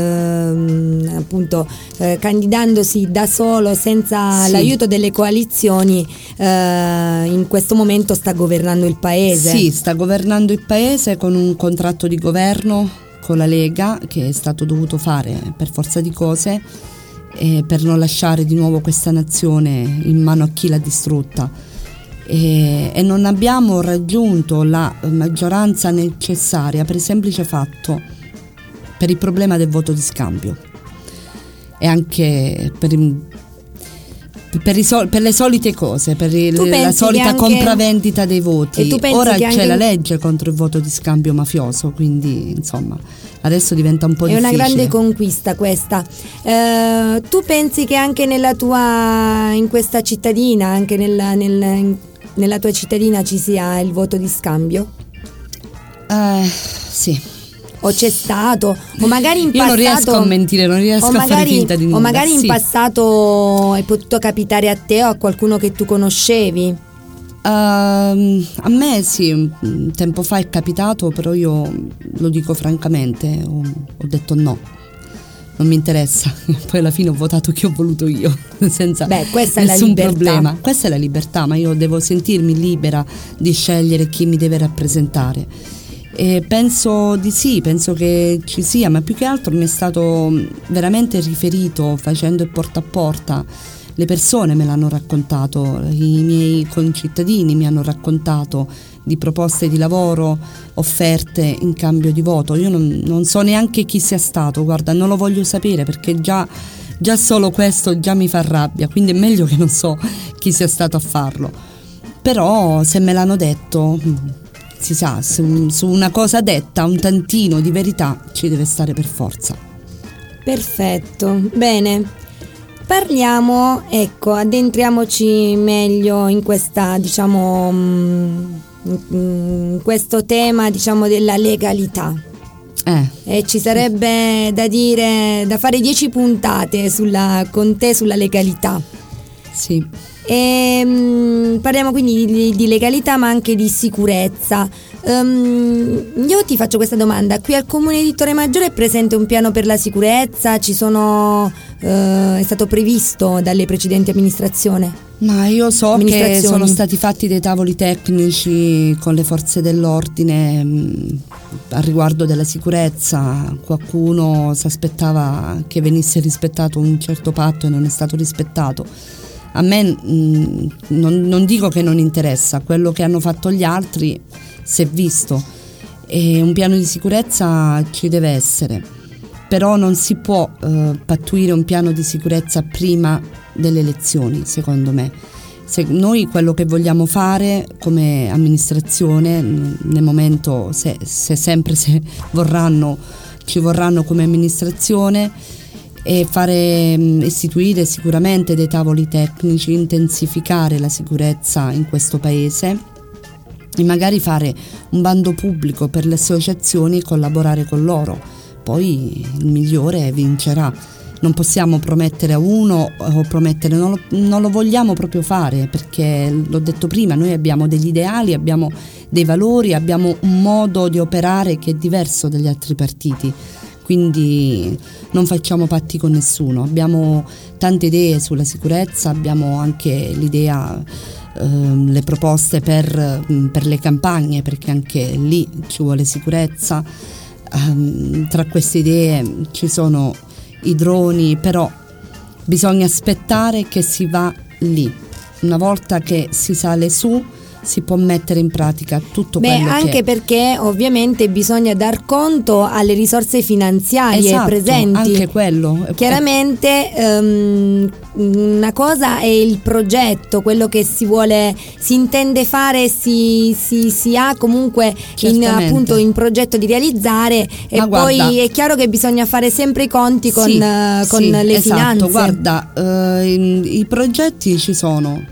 eh, appunto eh, candidandosi da solo senza Sì. l'aiuto delle coalizioni eh, in questo momento sta governando il paese. Sì, sta governando il paese con un contratto di governo con la Lega, che è stato dovuto fare per forza di cose, eh, per non lasciare di nuovo questa nazione in mano a chi l'ha distrutta, e, e non abbiamo raggiunto la maggioranza necessaria per il semplice fatto, per il problema del voto di scambio e anche per, per, i sol, per le solite cose, per il, la solita anche, compravendita dei voti. Ora c'è anche la legge contro il voto di scambio mafioso, quindi insomma adesso diventa un po' è difficile. È una grande conquista questa. Eh, tu pensi che anche nella tua, in questa cittadina, anche nella, nel, nella tua cittadina ci sia il voto di scambio? Eh, sì. O c'è stato, o magari in Io passato. Io non riesco a mentire, non riesco a magari, fare finta di nulla. O magari in sì. passato è potuto capitare a te o a qualcuno che tu conoscevi? Uh, a me sì, un tempo fa è capitato, però io lo dico francamente, ho, ho detto no, non mi interessa. Poi alla fine ho votato chi ho voluto io, senza Beh, questa nessun è la problema. Questa è la libertà, ma io devo sentirmi libera di scegliere chi mi deve rappresentare. E penso di sì, penso che ci sia, ma più che altro mi è stato veramente riferito facendo il porta a porta. Le persone me l'hanno raccontato, i miei concittadini mi hanno raccontato di proposte di lavoro offerte in cambio di voto. Io non, non so neanche chi sia stato, guarda, non lo voglio sapere, perché già, già solo questo già mi fa rabbia, quindi è meglio che non so chi sia stato a farlo. Però se me l'hanno detto, si sa, su, su una cosa detta un tantino di verità ci deve stare per forza. Perfetto, bene. Parliamo, ecco, addentriamoci meglio in questa, diciamo, in questo tema, diciamo, della legalità. Eh. E ci sarebbe da dire, da fare dieci puntate sulla, con te sulla legalità. Sì. E, um, parliamo quindi di, di legalità ma anche di sicurezza. Um, io ti faccio questa domanda: qui al comune di Torre Maggiore è presente un piano per la sicurezza? Ci sono, uh, è stato previsto dalle precedenti amministrazioni? Ma io so che sono stati fatti dei tavoli tecnici con le forze dell'ordine mh, a riguardo della sicurezza. Qualcuno si aspettava che venisse rispettato un certo patto e non è stato rispettato. A me mh, non, non dico che non interessa, quello che hanno fatto gli altri si è visto, e un piano di sicurezza ci deve essere, però non si può eh, pattuire un piano di sicurezza prima delle elezioni, secondo me. Se noi quello che vogliamo fare come amministrazione, nel momento, se, se sempre se vorranno, ci vorranno come amministrazione, è fare, istituire sicuramente dei tavoli tecnici, intensificare la sicurezza in questo paese e magari fare un bando pubblico per le associazioni e collaborare con loro. Poi il migliore vincerà. Non possiamo promettere a uno o promettere, non lo, non lo vogliamo proprio fare, perché l'ho detto prima, noi abbiamo degli ideali, abbiamo dei valori, abbiamo un modo di operare che è diverso dagli altri partiti, quindi non facciamo patti con nessuno. Abbiamo tante idee sulla sicurezza, abbiamo anche l'idea, ehm, le proposte per, per le campagne, perché anche lì ci vuole sicurezza. Um, tra queste idee ci sono i droni, però bisogna aspettare che si va lì. Una volta che si sale su si può mettere in pratica tutto Beh, quello anche che... perché ovviamente bisogna dar conto alle risorse finanziarie esatto, presenti. Anche quello. Chiaramente um, una cosa è il progetto, quello che si vuole, si intende fare, si, si, si ha comunque in, appunto in progetto di realizzare. Ma e guarda, poi è chiaro che bisogna fare sempre i conti con, sì, uh, con sì, le esatto, finanze. Guarda, uh, in, i progetti ci sono.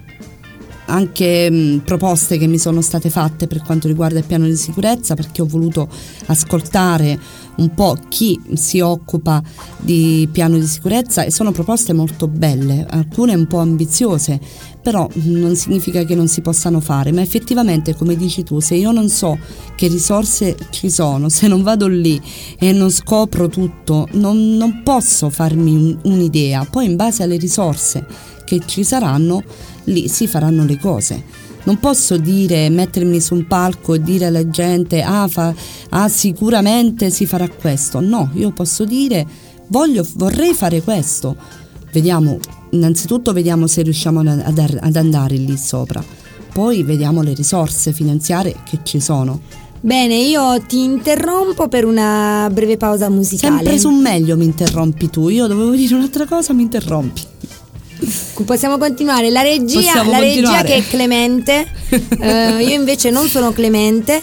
Anche mh, proposte che mi sono state fatte per quanto riguarda il piano di sicurezza, perché ho voluto ascoltare un po' chi si occupa di piano di sicurezza, e sono proposte molto belle, alcune un po' ambiziose, però non significa che non si possano fare. Ma effettivamente, come dici tu, se io non so che risorse ci sono, se non vado lì e non scopro tutto, non, non posso farmi un, un'idea. Poi in base alle risorse che ci saranno, lì si faranno le cose. Non posso dire, mettermi su un palco e dire alla gente ah, fa, ah sicuramente si farà questo. No, io posso dire voglio, vorrei fare questo. Vediamo, innanzitutto vediamo se riusciamo ad, ad andare lì sopra, poi vediamo le risorse finanziarie che ci sono. Bene, io ti interrompo per una breve pausa musicale. Sempre su meglio mi interrompi tu, io dovevo dire un'altra cosa, mi interrompi. Possiamo continuare. La regia, Possiamo la continuare. regia che è clemente, eh, io invece non sono clemente,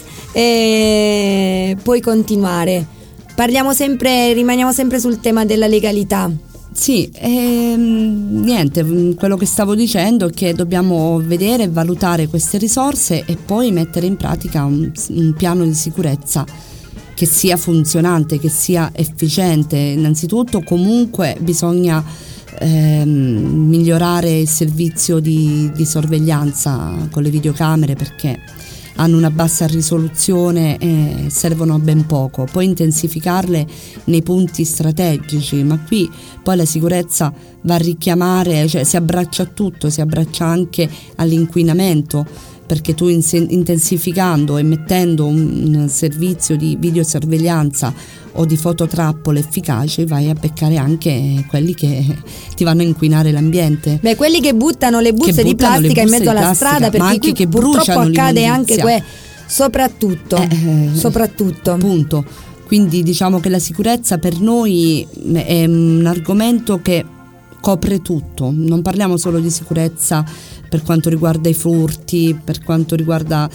e puoi continuare. Parliamo sempre, rimaniamo sempre sul tema della legalità. Sì, ehm, niente, quello che stavo dicendo è che dobbiamo vedere e valutare queste risorse e poi mettere in pratica un, un piano di sicurezza che sia funzionante, che sia efficiente. Innanzitutto comunque bisogna Ehm, migliorare il servizio di, di sorveglianza con le videocamere, perché hanno una bassa risoluzione e servono a ben poco. Poi intensificarle nei punti strategici, ma qui poi la sicurezza va a richiamare, cioè si abbraccia a tutto, si abbraccia anche all'inquinamento, perché tu intensificando e mettendo un servizio di videosorveglianza o di fototrappole efficaci vai a beccare anche quelli che ti vanno a inquinare l'ambiente. Beh, quelli che buttano le buste buttano di plastica in mezzo alla plastica, strada, perché ma anche qui che purtroppo bruciano accade anche l'immondizia. que- soprattutto Eh, soprattutto appunto. Quindi diciamo che la sicurezza per noi è un argomento che copre tutto. Non parliamo solo di sicurezza per quanto riguarda i furti, per quanto riguarda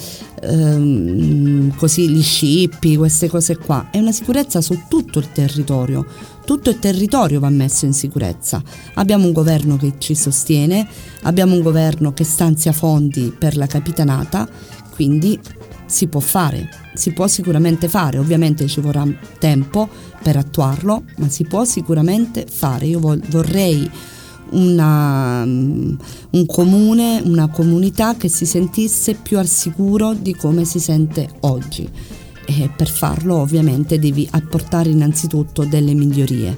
ehm, così gli scippi, queste cose qua. È una sicurezza su tutto il territorio. Tutto il territorio va messo in sicurezza. Abbiamo un governo che ci sostiene, abbiamo un governo che stanzia fondi per la capitanata, quindi si può fare, si può sicuramente fare. Ovviamente ci vorrà tempo per attuarlo, ma si può sicuramente fare. Io vorrei una, un comune, una comunità che si sentisse più al sicuro di come si sente oggi, e per farlo ovviamente devi apportare innanzitutto delle migliorie.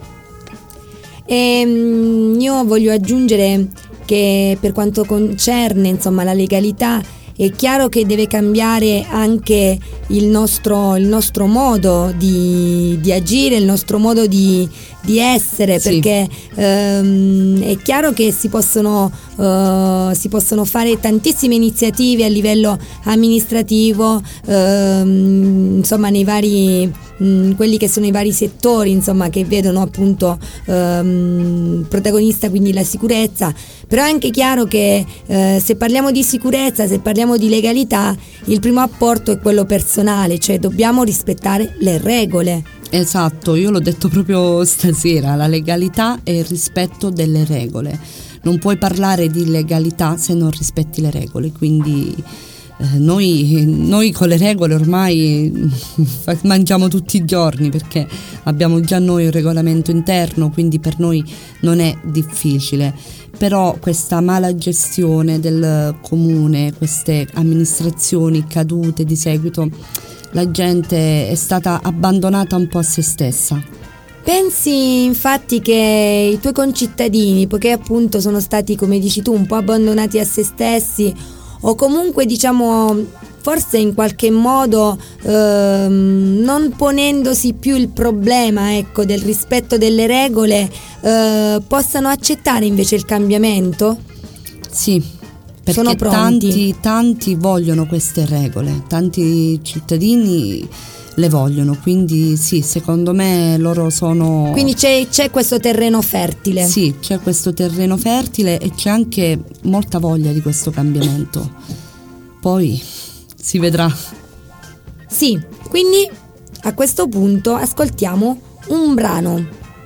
E io voglio aggiungere che per quanto concerne insomma la legalità, è chiaro che deve cambiare anche il nostro, il nostro modo di, di agire, il nostro modo di, di essere, sì. Perché ehm, è chiaro che si possono, eh, si possono fare tantissime iniziative a livello amministrativo, ehm, insomma nei vari mh, quelli che sono i vari settori, insomma, che vedono appunto ehm, protagonista quindi la sicurezza. Però è anche chiaro che eh, se parliamo di sicurezza, se parliamo di legalità, il primo apporto è quello personale, cioè dobbiamo rispettare le regole. Esatto, io l'ho detto proprio stasera, la legalità è il rispetto delle regole. Non puoi parlare di legalità se non rispetti le regole, quindi eh, noi, noi con le regole ormai mangiamo tutti i giorni, perché abbiamo già noi un regolamento interno, quindi per noi non è difficile. Però questa mala gestione del comune, queste amministrazioni cadute di seguito, la gente è stata abbandonata un po' a se stessa. Pensi infatti che i tuoi concittadini, poiché appunto sono stati, come dici tu, un po' abbandonati a se stessi, o comunque diciamo forse in qualche modo ehm, non ponendosi più il problema, ecco, del rispetto delle regole, eh, possano accettare invece il cambiamento? Sì, perché sono pronti. tanti, tanti vogliono queste regole, tanti cittadini le vogliono, quindi sì, secondo me loro sono... Quindi c'è, c'è questo terreno fertile. Sì, c'è questo terreno fertile e c'è anche molta voglia di questo cambiamento. Poi si vedrà. Sì, quindi a questo punto ascoltiamo un brano.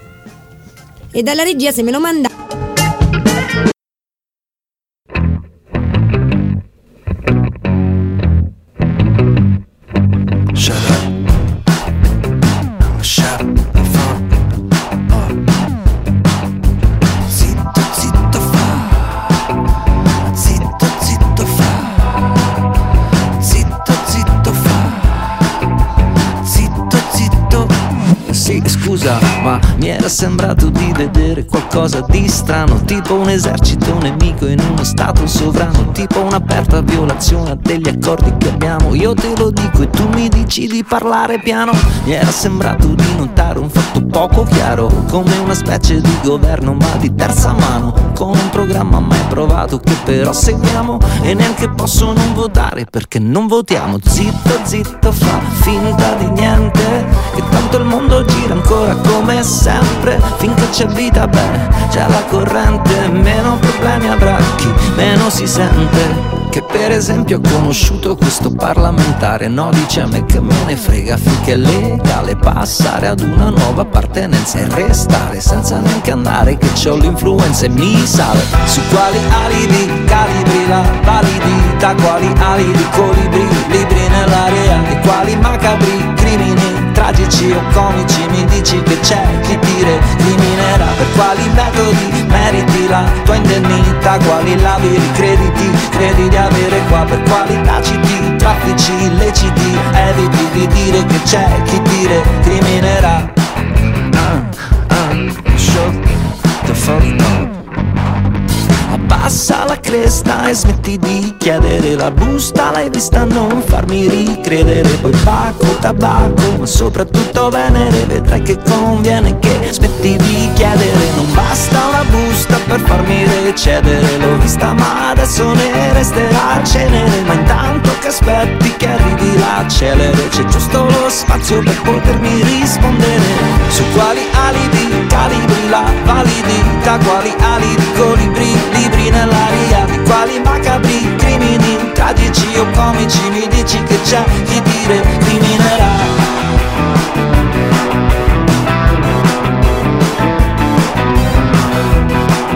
E dalla regia, se me lo manda... Ma mi era sembrato di vedere qualcosa di strano, tipo un esercito nemico in uno stato sovrano, tipo un'aperta violazione degli accordi che abbiamo. Io te lo dico e tu mi dici di parlare piano. Mi era sembrato di notare un fatto poco chiaro, come una specie di governo ma di terza mano, con un programma mai provato che però seguiamo. E neanche posso non votare perché non votiamo. Zitto zitto, fa finta di niente, che tanto il mondo gira ancora come sempre. Finché c'è vita, beh, c'è la corrente, meno problemi avrà chi meno si sente. Che per esempio ho conosciuto questo parlamentare, no, dice a me che me ne frega, finché è legale passare ad una nuova appartenenza e restare senza neanche andare, che c'ho l'influenza e mi sale. Su quali alibi calibri la validità, quali ali di colibri, libri nell'aria, e quali macabri crimini tragici o comici mi dici che c'è chi ti recriminerà. Per quali metodi meriti la tua indennità, quali labili crediti credi di avere qua, per quali taciti traffici illeciti eviti di dire che c'è chi ti recriminerà. uh, uh, Shut the fuck up. Abbassa la cresta e smetti di chiedere la busta, l'hai vista, non farmi ricredere. Poi pacco, tabacco, ma soprattutto venere, vedrai che conviene che smetti di chiedere. Non basta una busta per farmi recedere, l'ho vista ma adesso ne resterà cenere. Ma intanto che aspetti che arrivi l'accelere, c'è giusto lo spazio per potermi rispondere. Su quali alibi calibri la validità, quali ali di colibri, libri nell'aria, di quali macabri crimini tragici o comici mi dici che c'è chi ti recriminerà.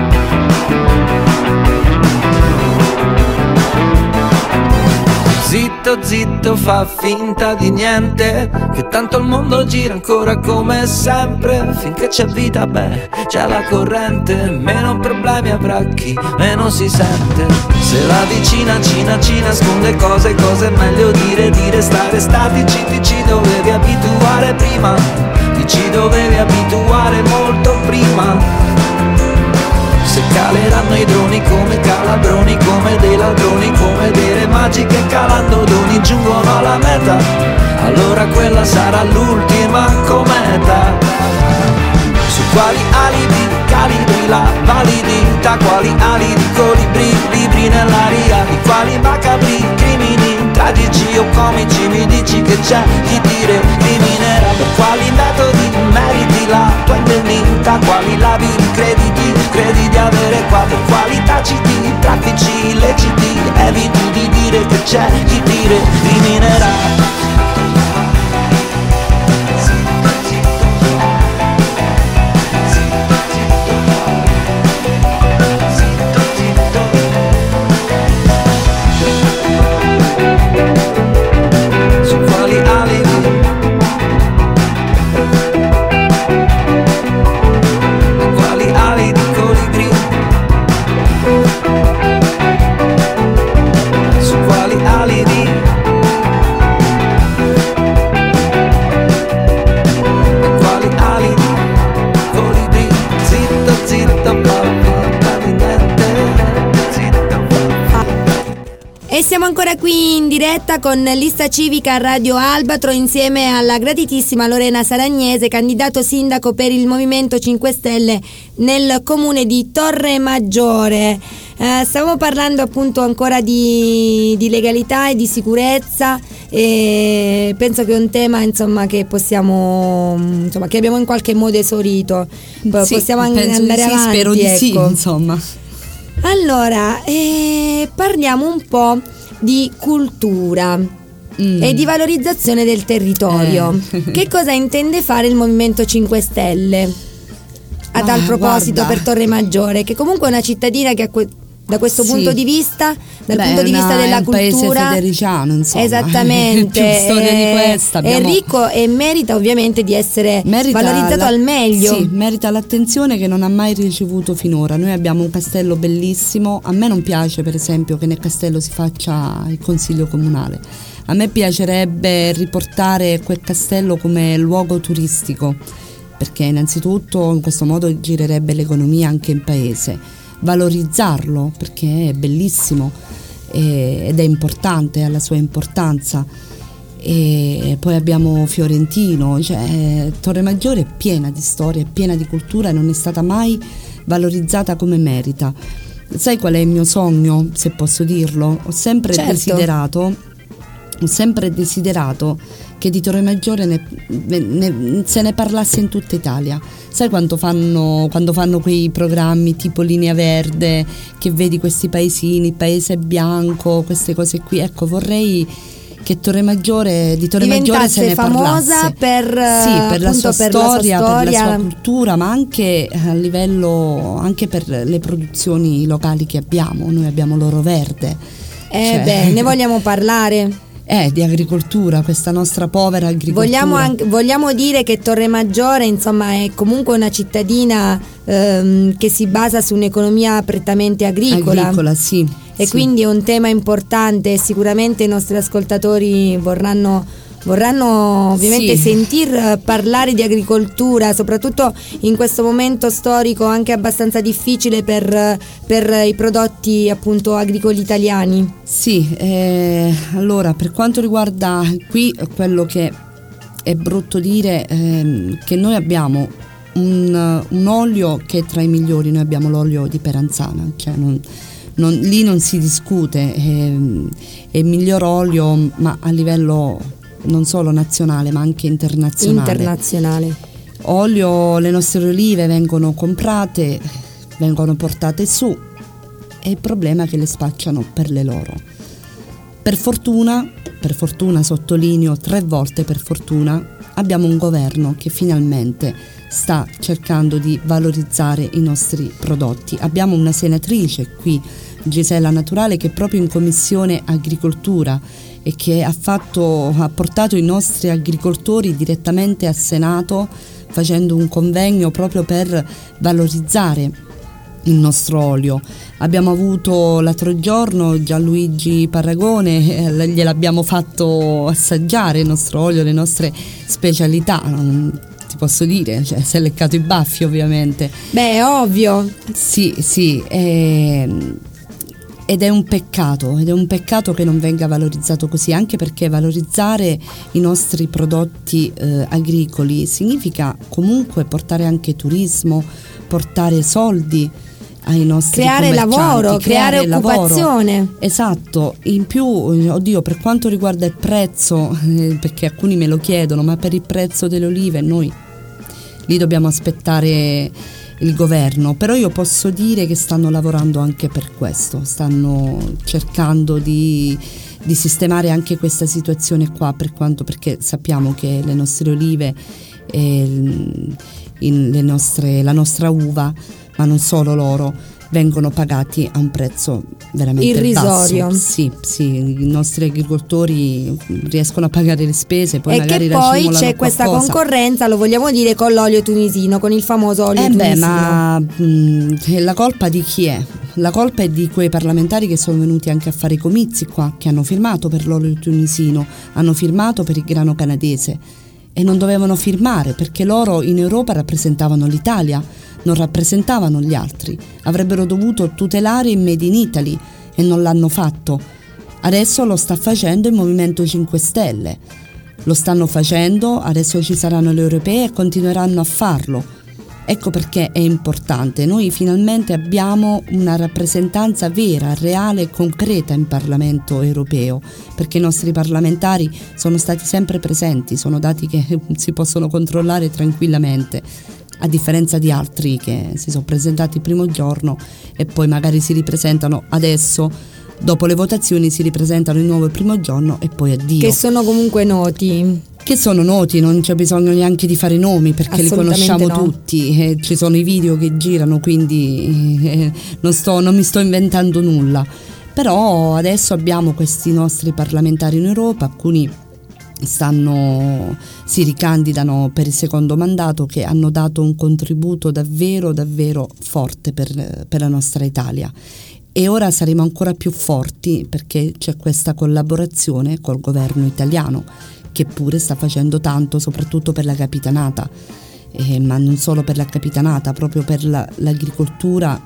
Zitto zitto zitto fa finta di niente, che tanto il mondo gira ancora come sempre. Finché c'è vita, beh, c'è la corrente, meno problemi avrà chi meno si sente. Se la vicina Cina ci nasconde cose, cose è meglio dire, dire stare statici, ti ci dovevi abituare prima, ti ci dovevi abituare molto prima. Se caleranno i droni come calabroni, come dei ladroni, come dei re magi che calando doni giungono alla meta, allora quella sarà l'ultima cometa. Su quali alibi calibri la validità, quali ali di colibri, libri nell'aria, di quali macabri crimini, tragici o comici, mi dici che c'è chi ti recriminerà. Per quali metodi meriti la tua indennità, quali labili crediti, credi di avere qua, per quali taciti traffici illeciti, eviti di dire che c'è chi ti recriminerà. E siamo ancora qui in diretta con Lista Civica Radio Albatro insieme alla gratitissima Lorena Saragnese, candidato sindaco per il Movimento cinque Stelle nel comune di Torremaggiore. Eh, stavamo parlando appunto ancora di, di legalità e di sicurezza, e penso che è un tema insomma che possiamo, insomma, che abbiamo in qualche modo esaurito. Sì, possiamo anche penso andare di sì, avanti, spero di ecco. sì, insomma. Allora, eh, parliamo un po' di cultura mm. e di valorizzazione del territorio. Eh. Che cosa intende fare il Movimento cinque Stelle a tal ah, proposito guarda. per Torremaggiore, che comunque è una cittadina che ha que- da questo sì. punto di vista, dal Beh, punto di vista della è un cultura, paese federiciano, insomma. Esattamente, più storia di questa. Abbiamo... È ricco e merita ovviamente di essere merita valorizzato la... al meglio. Sì, merita l'attenzione che non ha mai ricevuto finora. Noi abbiamo un castello bellissimo. A me non piace, per esempio, che nel castello si faccia il consiglio comunale. A me piacerebbe riportare quel castello come luogo turistico, perché innanzitutto in questo modo girerebbe l'economia anche in paese. Valorizzarlo perché è bellissimo eh, ed è importante, ha la sua importanza. E poi abbiamo Fiorentino, cioè Torremaggiore è piena di storia, è piena di cultura e non è stata mai valorizzata come merita. Sai qual è il mio sogno, se posso dirlo? Ho sempre certo. desiderato ho sempre desiderato che di Torremaggiore ne, ne, se ne parlasse in tutta Italia. Sai quanto fanno, quando fanno quei programmi tipo Linea Verde, che vedi questi paesini, Paese Bianco, queste cose qui? Ecco, vorrei che Torremaggiore, di Torremaggiore se ne famosa parlasse. per, sì, per, la sua, per storia, la sua storia, per la sua cultura, ma anche a livello, anche per le produzioni locali che abbiamo. Noi abbiamo l'Oro Verde. Eh cioè, beh, ne vogliamo parlare? Eh, di agricoltura, questa nostra povera agricoltura. Vogliamo, anche, vogliamo dire che Torremaggiore, insomma, è comunque una cittadina ehm, che si basa su un'economia prettamente agricola. Agricola, sì. E sì. quindi è un tema importante e sicuramente i nostri ascoltatori vorranno vorranno ovviamente sì. sentir parlare di agricoltura, soprattutto in questo momento storico anche abbastanza difficile per, per i prodotti appunto agricoli italiani. Sì, eh, allora per quanto riguarda qui quello che è brutto dire eh, che noi abbiamo un, un olio che è tra i migliori, noi abbiamo l'olio di Peranzana, cioè non, non, lì non si discute, è, è il miglior olio, ma a livello non solo nazionale ma anche internazionale. Internazionale. Olio, le nostre olive vengono comprate, vengono portate su e il problema è che le spacciano per le loro. Per fortuna, per fortuna sottolineo tre volte per fortuna, abbiamo un governo che finalmente sta cercando di valorizzare i nostri prodotti. Abbiamo una senatrice qui, Gisella Naturale, che proprio in Commissione Agricoltura e che ha fatto ha portato i nostri agricoltori direttamente al Senato, facendo un convegno proprio per valorizzare il nostro olio. Abbiamo avuto l'altro giorno Gianluigi Parragone, eh, gliel'abbiamo fatto assaggiare il nostro olio, le nostre specialità. Non ti posso dire, cioè, si è leccato i baffi ovviamente. Beh, è ovvio. Sì, sì, eh, ed è un peccato, ed è un peccato che non venga valorizzato così, anche perché valorizzare i nostri prodotti eh, agricoli significa comunque portare anche turismo, portare soldi ai nostri creare lavoro, creare, creare occupazione. Lavoro. Esatto, in più, oddio, per quanto riguarda il prezzo, eh, perché alcuni me lo chiedono, ma per il prezzo delle olive noi lì dobbiamo aspettare il governo, però io posso dire che stanno lavorando anche per questo, stanno cercando di, di sistemare anche questa situazione qua, per quanto, perché sappiamo che le nostre olive, eh, in le nostre, la nostra uva, ma non solo loro, vengono pagati a un prezzo veramente irrisorio. Basso. Sì, sì, i nostri agricoltori riescono a pagare le spese, poi e magari che poi c'è questa qualcosa. Concorrenza, lo vogliamo dire, con l'olio tunisino, con il famoso olio eh tunisino. Beh, ma mh, la colpa di chi è? La colpa è di quei parlamentari che sono venuti anche a fare i comizi qua, che hanno firmato per l'olio tunisino, hanno firmato per il grano canadese e non dovevano firmare perché loro in Europa rappresentavano l'Italia, non rappresentavano gli altri, avrebbero dovuto tutelare il Made in Italy e non l'hanno fatto. Adesso lo sta facendo il Movimento cinque Stelle, lo stanno facendo, adesso ci saranno le europee e continueranno a farlo. Ecco perché è importante, noi finalmente abbiamo una rappresentanza vera, reale e concreta in Parlamento europeo, perché i nostri parlamentari sono stati sempre presenti, sono dati che si possono controllare tranquillamente, a differenza di altri che si sono presentati il primo giorno e poi magari si ripresentano adesso, dopo le votazioni si ripresentano di nuovo il primo giorno e poi addio. Che sono comunque noti. Che sono noti, non c'è bisogno neanche di fare nomi perché li conosciamo no. tutti, eh, ci sono i video che girano, quindi eh, non, sto, non mi sto inventando nulla. Però adesso abbiamo questi nostri parlamentari in Europa, alcuni stanno, si ricandidano per il secondo mandato, che hanno dato un contributo davvero davvero forte per, per la nostra Italia. E ora saremo ancora più forti perché c'è questa collaborazione col governo italiano, che pure sta facendo tanto, soprattutto per la capitanata, eh, ma non solo per la capitanata, proprio per la, l'agricoltura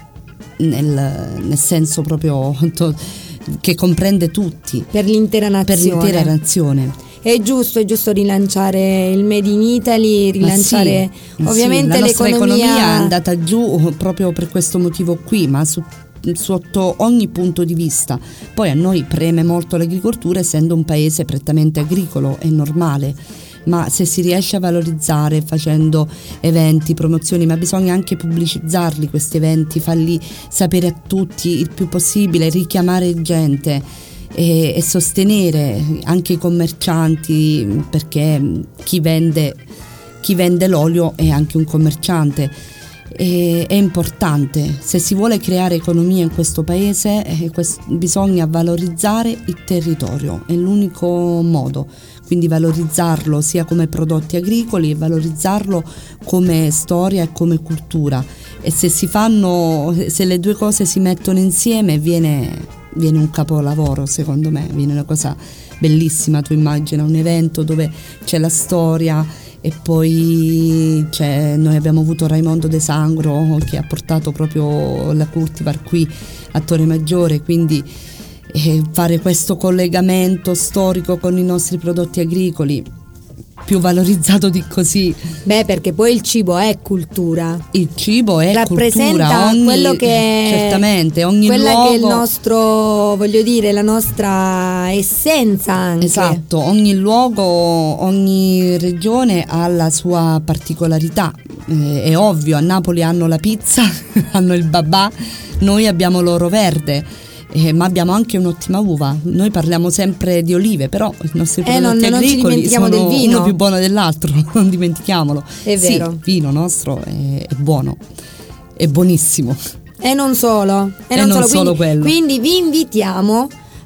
nel, nel senso proprio to, che comprende tutti. Per l'intera nazione. Per l'intera nazione. È giusto, è giusto rilanciare il Made in Italy, rilanciare sì, ovviamente sì, la nostra l'economia. economia è andata giù proprio per questo motivo qui, ma su sotto ogni punto di vista. Poi a noi preme molto l'agricoltura, essendo un paese prettamente agricolo, è normale, ma se si riesce a valorizzare facendo eventi, promozioni, ma bisogna anche pubblicizzarli questi eventi, farli sapere a tutti il più possibile, richiamare gente e, e sostenere anche i commercianti, perché chi vende, chi vende l'olio è anche un commerciante. È importante, se si vuole creare economia in questo paese, eh, quest- bisogna valorizzare il territorio, è l'unico modo, quindi valorizzarlo sia come prodotti agricoli e valorizzarlo come storia e come cultura, e se si fanno, se le due cose si mettono insieme viene, viene un capolavoro, secondo me, viene una cosa bellissima. Tu immagina un evento dove c'è la storia e poi c'è, noi abbiamo avuto Raimondo De Sangro che ha portato proprio la cultivar qui a Torre Maggiore, quindi eh, fare questo collegamento storico con i nostri prodotti agricoli, più valorizzato di così. Beh, perché poi il cibo è cultura. Il cibo è rappresenta cultura, ogni, quello che certamente ogni quella luogo, che è il nostro, voglio dire, la nostra essenza anche. Esatto, ogni luogo, ogni regione ha la sua particolarità. Eh, è ovvio, a Napoli hanno la pizza, hanno il babà, noi abbiamo l'oro verde. Eh, ma abbiamo anche un'ottima uva. Noi parliamo sempre di olive, però i nostri prodotti eh, non, non agricoli sono del vino. uno più buono dell'altro, non dimentichiamolo. È vero. Sì, il vino nostro è, è buono, è buonissimo. E non solo, e e non, non solo, solo quindi, quello. Quindi vi invitiamo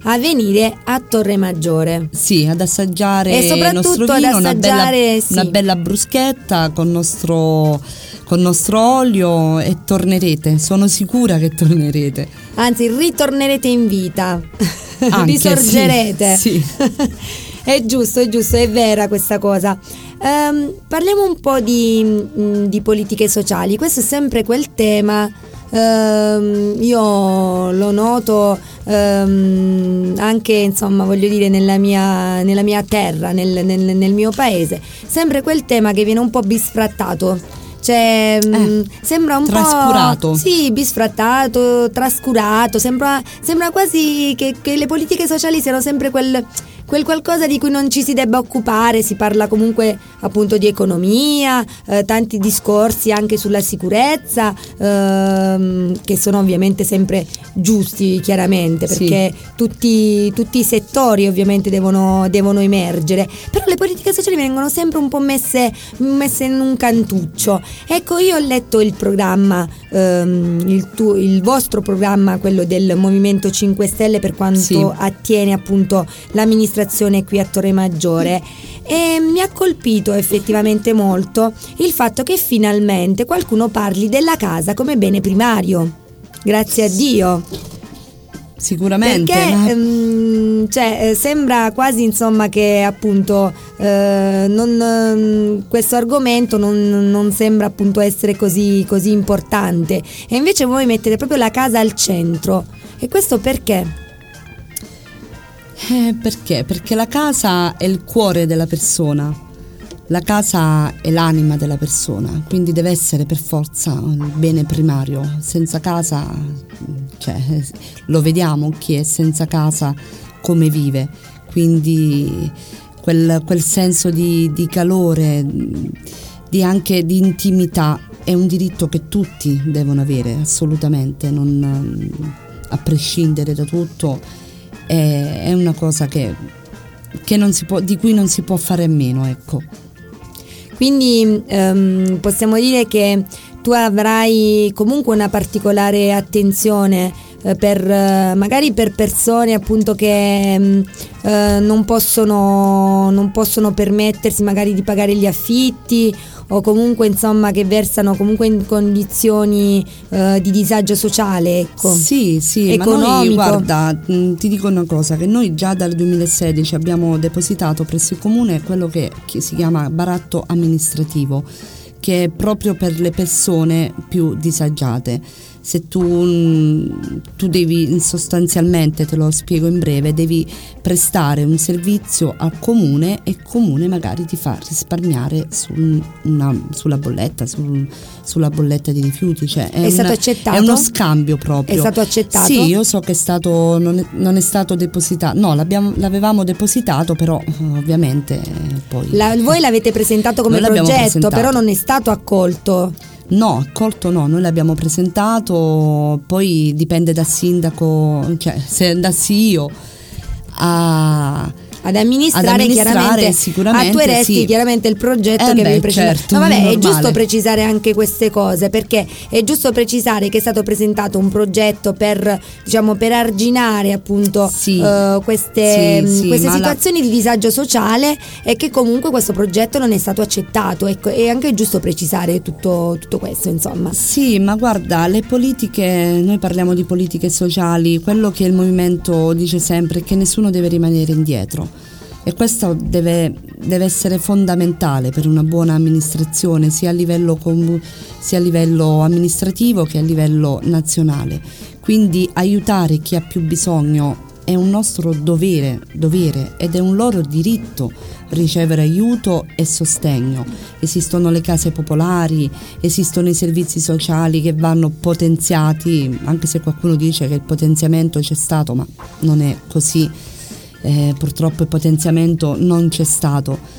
a venire a Torremaggiore. Sì, ad assaggiare e soprattutto il nostro vino, ad assaggiare, una, bella, sì. una bella bruschetta con nostro, con nostro olio, e tornerete, sono sicura che tornerete. Anzi, ritornerete in vita. Anche, risorgerete. Sì, sì. È giusto, è giusto, è vera questa cosa. Um, parliamo un po' di, di politiche sociali. Questo è sempre quel tema. Um, io lo noto um, anche, insomma, voglio dire, nella mia, nella mia terra, nel, nel, nel mio paese. Sempre quel tema che viene un po' bisfrattato. Cioè, eh, sembra un trascurato. po' sì, bisfrattato, trascurato. Sembra, sembra quasi che, che le politiche sociali siano sempre quel, quel qualcosa di cui non ci si debba occupare. Si parla comunque appunto di economia, eh, tanti discorsi anche sulla sicurezza, ehm, che sono ovviamente sempre giusti, chiaramente, perché sì. tutti, tutti i settori ovviamente devono, devono emergere. Però le politiche sociali vengono sempre un po' messe, messe in un cantuccio. Ecco, io ho letto il programma, ehm, il, tu, il vostro programma, quello del Movimento cinque Stelle, per quanto sì. attiene appunto l'amministrazione qui a Torremaggiore, e mi ha colpito effettivamente molto il fatto che finalmente qualcuno parli della casa come bene primario. Grazie a Dio. Sicuramente. Perché ehm, cioè, eh, sembra quasi, insomma, che appunto eh, non, eh, questo argomento non, non sembra appunto essere così, così importante, e invece voi mettete proprio la casa al centro. E questo perché? Eh, perché? Perché la casa è il cuore della persona. La casa è l'anima della persona, quindi deve essere per forza il bene primario. Senza casa, cioè, lo vediamo chi è senza casa come vive, quindi quel, quel senso di, di calore, di anche di intimità è un diritto che tutti devono avere, assolutamente, non, a prescindere da tutto, è, è una cosa che, che non si può, di cui non si può fare a meno, ecco. Quindi ehm, possiamo dire che tu avrai comunque una particolare attenzione eh, per eh, magari per persone appunto che eh, non possono non possono permettersi magari di pagare gli affitti, o comunque, insomma, che versano comunque in condizioni eh, di disagio sociale, ecco. Sì, sì, economico. Ma noi, guarda, ti dico una cosa, che noi già dal duemilasedici abbiamo depositato presso il comune quello che, che si chiama baratto amministrativo, che è proprio per le persone più disagiate. Se tu, tu devi, sostanzialmente, te lo spiego in breve, devi prestare un servizio al comune, e il comune magari ti fa risparmiare sul, una, sulla bolletta, sul, sulla bolletta di rifiuti. Cioè è, è stato una, accettato? È uno scambio proprio. È stato accettato? Sì, io so che è stato, non è, non è stato depositato, no, l'avevamo depositato, però ovviamente poi... La, voi l'avete presentato come progetto, presentato. Però non è stato accolto. No, accolto no, noi l'abbiamo presentato, poi dipende dal sindaco, cioè se andassi io a... Ad amministrare, ad amministrare chiaramente sicuramente attueresti sì. chiaramente il progetto eh che beh, avevi presentato. certo, Ma vabbè, è, è giusto precisare anche queste cose, perché è giusto precisare che è stato presentato un progetto per, diciamo, per arginare appunto sì. uh, queste, sì, sì, queste situazioni la... di disagio sociale, e che comunque questo progetto non è stato accettato. Ecco, è anche giusto precisare tutto, tutto questo, insomma. Sì, ma guarda, le politiche, noi parliamo di politiche sociali, quello che il movimento dice sempre è che nessuno deve rimanere indietro. E questo deve, deve essere fondamentale per una buona amministrazione, sia a livello, sia a livello amministrativo che a livello nazionale. Quindi aiutare chi ha più bisogno è un nostro dovere, dovere ed è un loro diritto ricevere aiuto e sostegno. Esistono le case popolari, esistono i servizi sociali che vanno potenziati, anche se qualcuno dice che il potenziamento c'è stato, ma non è così. Eh, purtroppo il potenziamento non c'è stato,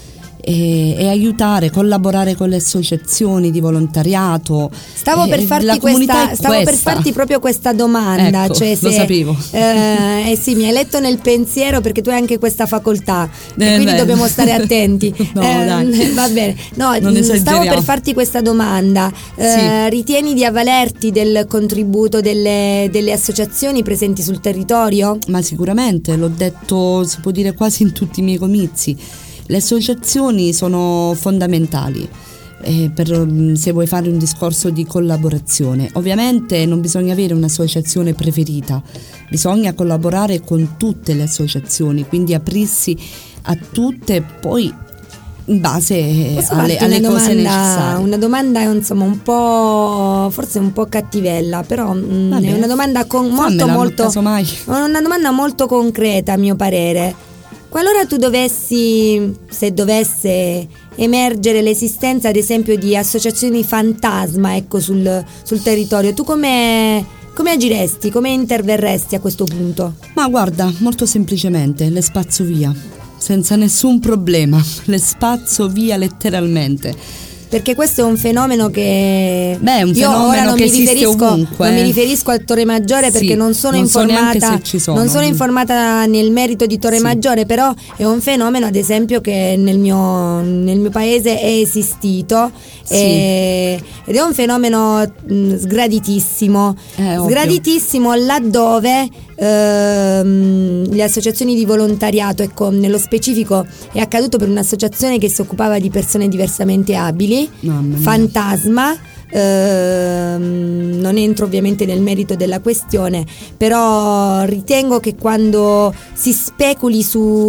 e, e aiutare, collaborare con le associazioni di volontariato. Stavo, eh, per farti, questa, stavo per farti proprio questa domanda, ecco, cioè se, lo sapevo. Eh, eh sì, mi hai letto nel pensiero, perché tu hai anche questa facoltà, eh, e quindi beh. dobbiamo stare attenti. No, eh, dai. Va bene. No, Non stavo per farti questa domanda. Eh, Sì. Ritieni di avvalerti del contributo delle, delle associazioni presenti sul territorio? Ma sicuramente, l'ho detto, si può dire quasi in tutti i miei comizi. Le associazioni sono fondamentali eh, per, se vuoi fare un discorso di collaborazione. Ovviamente non bisogna avere un'associazione preferita, bisogna collaborare con tutte le associazioni, quindi aprirsi a tutte, poi in base Posso alle, farti alle una cose domanda, necessarie. una domanda insomma un po', forse un po' cattivella, però mh, Vabbè. è una domanda con, molto Fammela, molto casomai. una domanda molto concreta, a mio parere. Qualora tu dovessi, se dovesse emergere l'esistenza ad esempio di associazioni fantasma, ecco, sul, sul territorio, tu come, come agiresti, come interverresti a questo punto? Ma guarda, molto semplicemente, le spazzo via, senza nessun problema, le spazzo via letteralmente. Perché questo è un fenomeno che Beh, è un io fenomeno ora non che mi esiste riferisco, ovunque, non mi eh. riferisco al Torre Maggiore, perché Sì, non sono non so neanche informata se ci sono. non sono informata nel merito di Torre Sì. Maggiore, però è un fenomeno ad esempio che nel mio, nel mio paese è esistito. Sì. e, ed è un fenomeno mh, sgraditissimo Eh, ovvio. sgraditissimo laddove ehm, le associazioni di volontariato, ecco, nello specifico è accaduto per un'associazione che si occupava di persone diversamente abili, Mamma mia. fantasma. Ehm, non entro ovviamente nel merito della questione, però ritengo che quando si speculi su,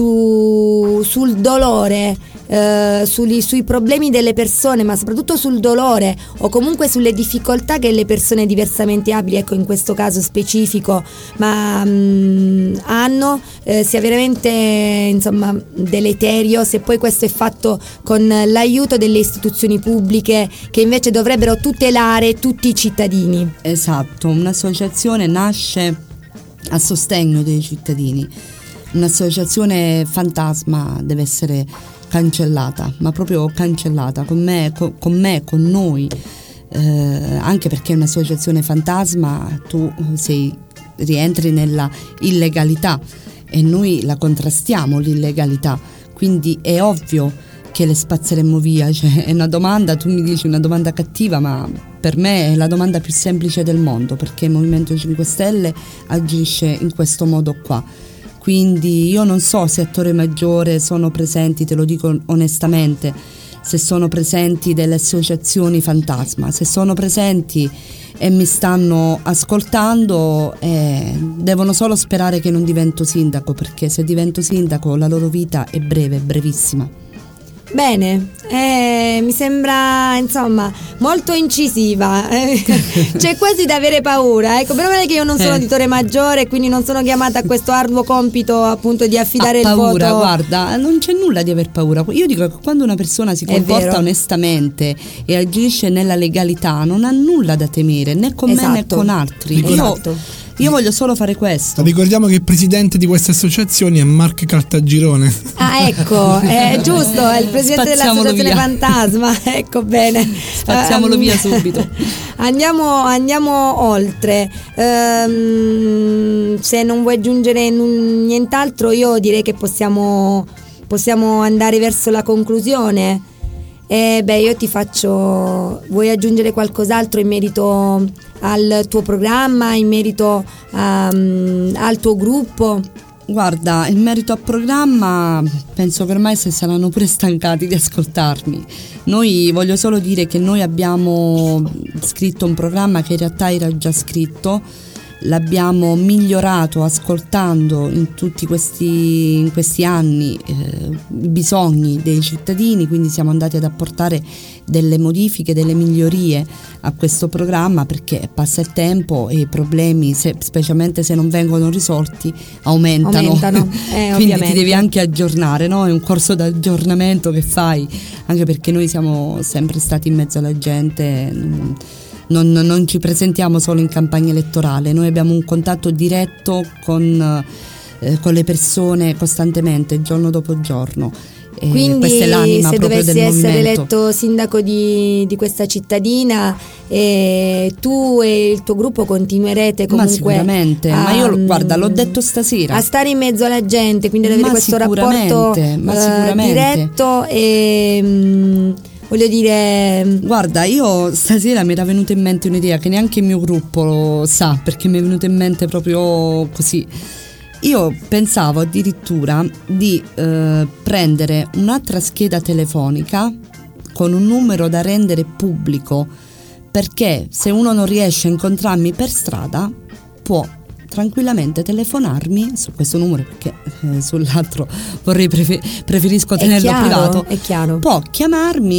su, sul dolore, eh, sui, sui problemi delle persone, ma soprattutto sul dolore o comunque sulle difficoltà che le persone diversamente abili, ecco, in questo caso specifico, ma mh, hanno, eh, sia veramente insomma deleterio se poi questo è fatto con l'aiuto delle istituzioni pubbliche, che invece dovrebbero tutelare tutti i cittadini. Esatto, un'associazione nasce a sostegno dei cittadini. Un'associazione fantasma deve essere cancellata, ma proprio cancellata, con me, con, con, me, con noi, eh, anche perché un'associazione fantasma tu sei, rientri nella illegalità e noi la contrastiamo l'illegalità, quindi è ovvio che le spazzeremmo via. Cioè, è una domanda, tu mi dici una domanda cattiva, ma per me è la domanda più semplice del mondo, perché il Movimento cinque Stelle agisce in questo modo qua. Quindi io non so se a Torre Maggiore sono presenti, te lo dico onestamente, se sono presenti delle associazioni fantasma. Se sono presenti e mi stanno ascoltando, eh, devono solo sperare che non divento sindaco, perché se divento sindaco la loro vita è breve, brevissima. Bene, eh, mi sembra insomma molto incisiva, eh, c'è quasi da avere paura, ecco, però non è che io non sono Eh. di Torre Maggiore, quindi non sono chiamata a questo arduo compito appunto di affidare Ha paura, il voto. guarda, non c'è nulla di aver paura. Io dico che quando una persona si È comporta vero. onestamente e agisce nella legalità non ha nulla da temere, né con me né Esatto. con altri. Esatto. Io, io voglio solo fare questo. Ricordiamo che il presidente di queste associazioni è Mark Caltagirone. Ah, ecco, è giusto, è il presidente Spazziamolo dell'associazione via. Fantasma, ecco, bene. Spazziamolo Ehm, via subito. Andiamo, andiamo oltre. Ehm, se non vuoi aggiungere nu- nient'altro, io direi che possiamo, possiamo andare verso la conclusione. E beh, io ti faccio. Vuoi aggiungere qualcos'altro in merito al tuo programma, in merito a, um, al tuo gruppo? Guarda, in merito al programma penso che ormai si saranno pure stancati di ascoltarmi. Noi voglio solo dire che noi abbiamo scritto un programma che in realtà era già scritto, l'abbiamo migliorato ascoltando in tutti questi, in questi anni eh, i bisogni dei cittadini, quindi siamo andati ad apportare delle modifiche, delle migliorie a questo programma, perché passa il tempo e i problemi, se, specialmente se non vengono risolti, aumentano, Aumentano, eh, quindi ovviamente. ti devi anche aggiornare, no? È un corso d'aggiornamento che fai, anche perché noi siamo sempre stati in mezzo alla gente. Non, non ci presentiamo solo in campagna elettorale, noi abbiamo un contatto diretto con, eh, con le persone costantemente, giorno dopo giorno, E quindi questa è l'anima se proprio dovessi del essere movimento. eletto sindaco di, di questa cittadina, eh, tu e il tuo gruppo continuerete comunque Ma sicuramente, a, ma io guarda, l'ho detto stasera, a stare in mezzo alla gente, quindi ad avere Ma questo sicuramente, rapporto ma eh, sicuramente. diretto e mh, voglio dire, guarda, io stasera mi era venuta in mente un'idea che neanche il mio gruppo lo sa, perché mi è venuta in mente proprio così. Io pensavo addirittura di eh, prendere un'altra scheda telefonica con un numero da rendere pubblico, perché se uno non riesce a incontrarmi per strada può tranquillamente telefonarmi su questo numero, perché eh, sull'altro vorrei prefer- preferisco tenerlo è chiaro, privato. È chiaro. Può chiamarmi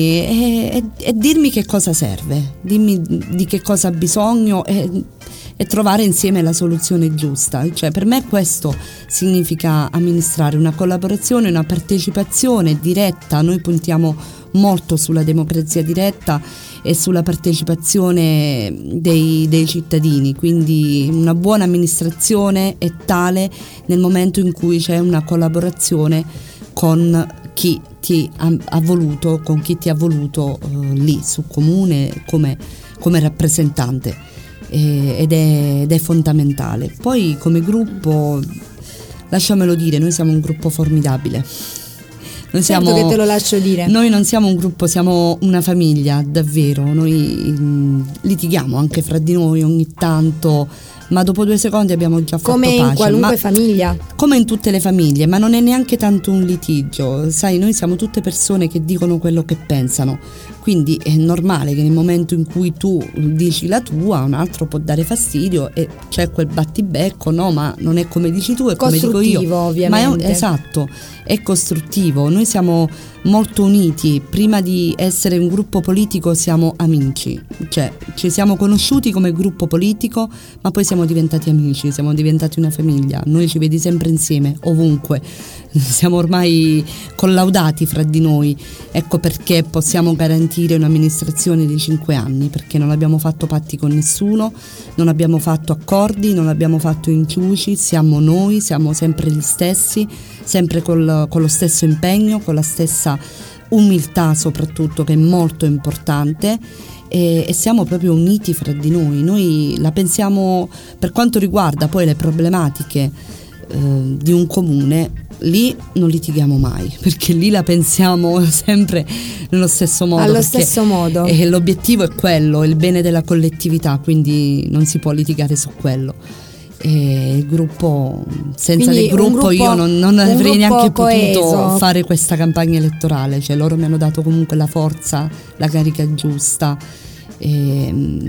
e, e, e dirmi che cosa serve, dimmi di che cosa ha bisogno e, e trovare insieme la soluzione giusta. Cioè, per me questo significa amministrare, una collaborazione, una partecipazione diretta. Noi puntiamo molto sulla democrazia diretta e sulla partecipazione dei, dei cittadini, quindi una buona amministrazione è tale nel momento in cui c'è una collaborazione con chi ti ha, ha voluto, con chi ti ha voluto eh, lì sul comune come, come rappresentante, eh, ed, è, ed è fondamentale. Poi come gruppo, lasciamelo dire, noi siamo un gruppo formidabile. Noi certo siamo, che te lo lascio dire. Noi non siamo un gruppo, siamo una famiglia, davvero. Noi mh, litighiamo anche fra di noi ogni tanto, ma dopo due secondi abbiamo già fatto come pace. in qualunque ma, famiglia. Come in tutte le famiglie, ma non è neanche tanto un litigio. Sai, noi siamo tutte persone che dicono quello che pensano, quindi è normale che nel momento in cui tu dici la tua, un altro può dare fastidio e c'è quel battibecco, no, ma non è come dici tu, è come dico io. Costruttivo, ovviamente. Ma è, esatto, è costruttivo. Noi siamo molto uniti, prima di essere un gruppo politico siamo amici, cioè ci siamo conosciuti come gruppo politico, ma poi siamo diventati amici, siamo diventati una famiglia. Noi ci vedi sempre insieme, ovunque, siamo ormai collaudati fra di noi. Ecco perché possiamo garantire un'amministrazione di cinque anni, perché non abbiamo fatto patti con nessuno, non abbiamo fatto accordi, non abbiamo fatto inciuci, siamo noi, siamo sempre gli stessi, sempre col, con lo stesso impegno, con la stessa umiltà soprattutto, che è molto importante, e, e siamo proprio uniti fra di noi. Noi la pensiamo, per quanto riguarda poi le problematiche eh, di un comune, lì non litighiamo mai, perché lì la pensiamo sempre nello stesso modo, allo stesso modo, e l'obiettivo è quello, il bene della collettività, quindi non si può litigare su quello. E il gruppo, senza quindi il gruppo, gruppo io non, non avrei neanche coeso. potuto fare questa campagna elettorale, cioè loro mi hanno dato comunque la forza, la carica giusta, e,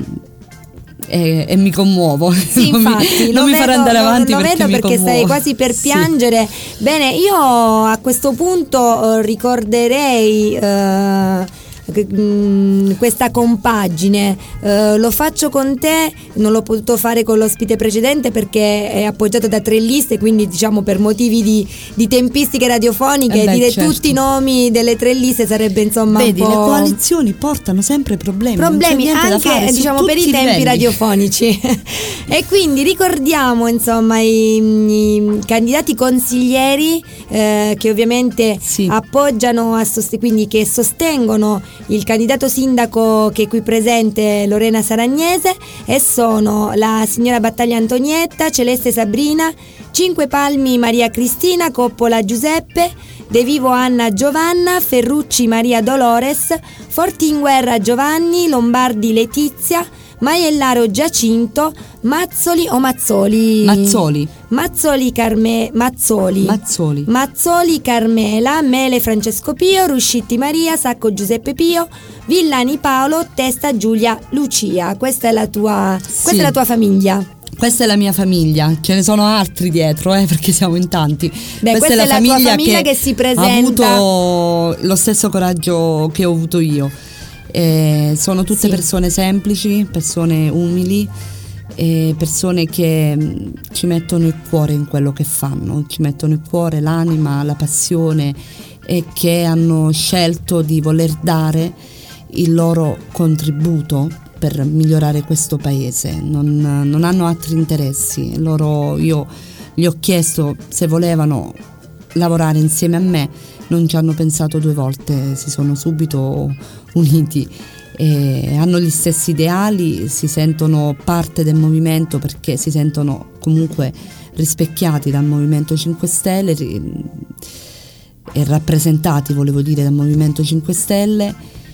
e, e mi commuovo. Sì, non infatti, mi, non lo mi farà vedo, andare avanti lo, lo perché vedo mi perché commuovo. stai quasi per Sì. piangere. Bene, io a questo punto eh, ricorderei eh, questa compagine, eh, lo faccio con te, non l'ho potuto fare con l'ospite precedente perché è appoggiato da tre liste, quindi diciamo per motivi di, di tempistiche radiofoniche Eh beh, dire certo. tutti i nomi delle tre liste sarebbe insomma Vedi, un po'... le coalizioni portano sempre problemi, problemi non c'è niente da anche fare, su diciamo per i tutti tempi livelli. radiofonici. E quindi ricordiamo insomma i, i candidati consiglieri eh, che ovviamente appoggiano a sost- quindi che sostengono il candidato sindaco che è qui presente, Lorena Saragnese, e sono la signora Battaglia Antonietta, Celeste Sabrina, Cinque Palmi Maria Cristina, Coppola Giuseppe, De Vivo Anna Giovanna, Ferrucci Maria Dolores, Fortinguerra Giovanni, Lombardi Letizia, Maiellaro Giacinto, Mazzoli o Mazzoli? Mazzoli. Mazzoli Carme Mazzoli. Mazzoli. Mazzoli Carmela, Mele Francesco Pio, Ruscitti Maria, Sacco Giuseppe Pio, Villani Paolo, Testa Giulia Lucia. Questa è la tua, Sì. questa è la tua famiglia. Questa è la mia famiglia, ce ne sono altri dietro, eh, perché siamo in tanti. Beh, questa, questa è la, la tua famiglia che, che si presenta. Ha avuto lo stesso coraggio che ho avuto io. Eh, sono tutte sì. persone semplici, persone umili, eh, persone che mh, ci mettono il cuore in quello che fanno, ci mettono il cuore, l'anima, la passione, e che hanno scelto di voler dare il loro contributo per migliorare questo paese. Non, non hanno altri interessi. Loro, io gli ho chiesto se volevano lavorare insieme a me non ci hanno pensato due volte, si sono subito uniti. E hanno gli stessi ideali, si sentono parte del movimento perché si sentono comunque rispecchiati dal Movimento cinque Stelle e rappresentati, volevo dire, dal Movimento cinque Stelle.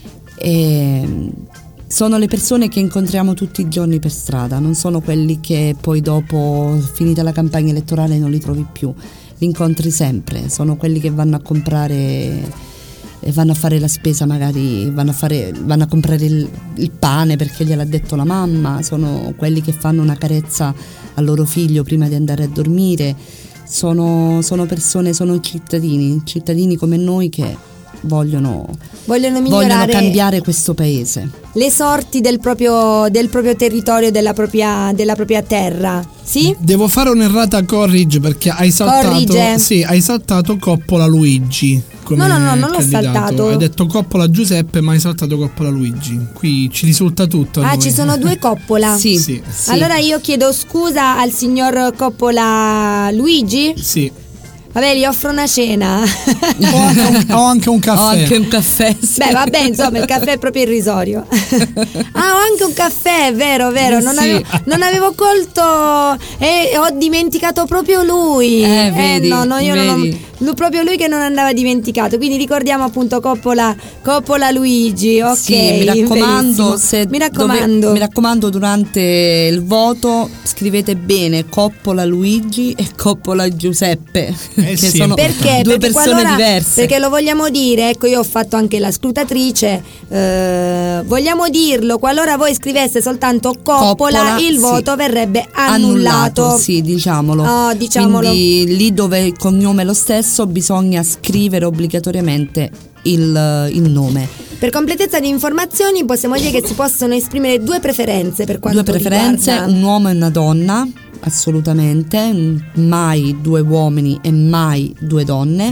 E sono le persone che incontriamo tutti i giorni per strada, non sono quelli che poi dopo, finita la campagna elettorale, non li trovi più, li incontri sempre, sono quelli che vanno a comprare e vanno a fare la spesa, magari vanno a, fare, vanno a comprare il, il pane perché gliel'ha detto la mamma, sono quelli che fanno una carezza al loro figlio prima di andare a dormire, sono, sono persone, sono cittadini, cittadini come noi che vogliono, vogliono migliorare, vogliono cambiare questo paese. Le sorti del proprio, del proprio territorio, della propria, della propria terra. Sì? Devo fare un'errata corrige perché hai saltato, Corrige. sì, hai saltato Coppola Luigi. Come No, no, no, non l'ho candidato. saltato. Hai detto Coppola Giuseppe, ma hai saltato Coppola Luigi. Qui ci risulta tutto. a Ah, noi. ci sono due Coppola? Sì. Sì. Allora io chiedo scusa al signor Coppola Luigi? Sì. Vabbè, gli offro una cena. Ho anche un, ho anche un caffè. Ho anche un caffè. Sì. Beh, vabbè, insomma, il caffè è proprio irrisorio. Ah, ho anche un caffè, vero, vero. Non, Sì. avevo, non avevo colto e ho dimenticato proprio lui. Eh, vedi, no, no, io non ho, vedi. lui- proprio lui che non andava dimenticato. Quindi ricordiamo appunto Coppola, Coppola Luigi. Ok, Sì, mi raccomando, benissimo. se mi raccomando. dove- mi raccomando durante il voto scrivete bene Coppola Luigi e Coppola Giuseppe, che sì. sono Perché? due Perché persone qualora- diverse. Perché lo vogliamo dire, ecco, io ho fatto anche la scrutatrice, eh, vogliamo dirlo, qualora voi scriveste soltanto Coppola, Coppola, il sì. voto verrebbe annullato. Sì, diciamolo. Oh, diciamolo. Quindi lì dove il cognome è lo stesso bisogna scrivere obbligatoriamente il, il nome. Per completezza di informazioni possiamo dire che si possono esprimere due preferenze per quanto Due preferenze, riguarda. un uomo e una donna, assolutamente, mai due uomini e mai due donne.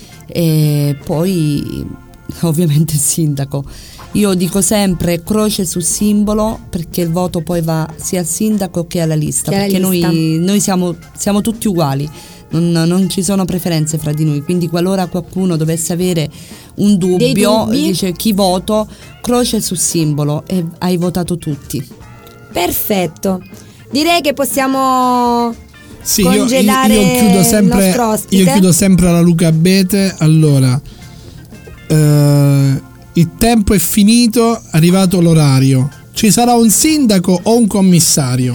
E poi ovviamente il sindaco. Io dico sempre croce sul simbolo perché il voto poi va sia al sindaco che alla lista, Che alla perché lista. noi, noi siamo, siamo tutti uguali, non, non ci sono preferenze fra di noi, quindi qualora qualcuno dovesse avere un Dei dubbio, dubbi? dice chi voto, croce sul simbolo e hai votato tutti. Perfetto. Direi che possiamo Sì, io, io, congedare io chiudo il sempre. nostro ospite. Io chiudo sempre alla Luca Abete. Allora, eh, il tempo è finito, è arrivato l'orario. Ci sarà un sindaco o un commissario?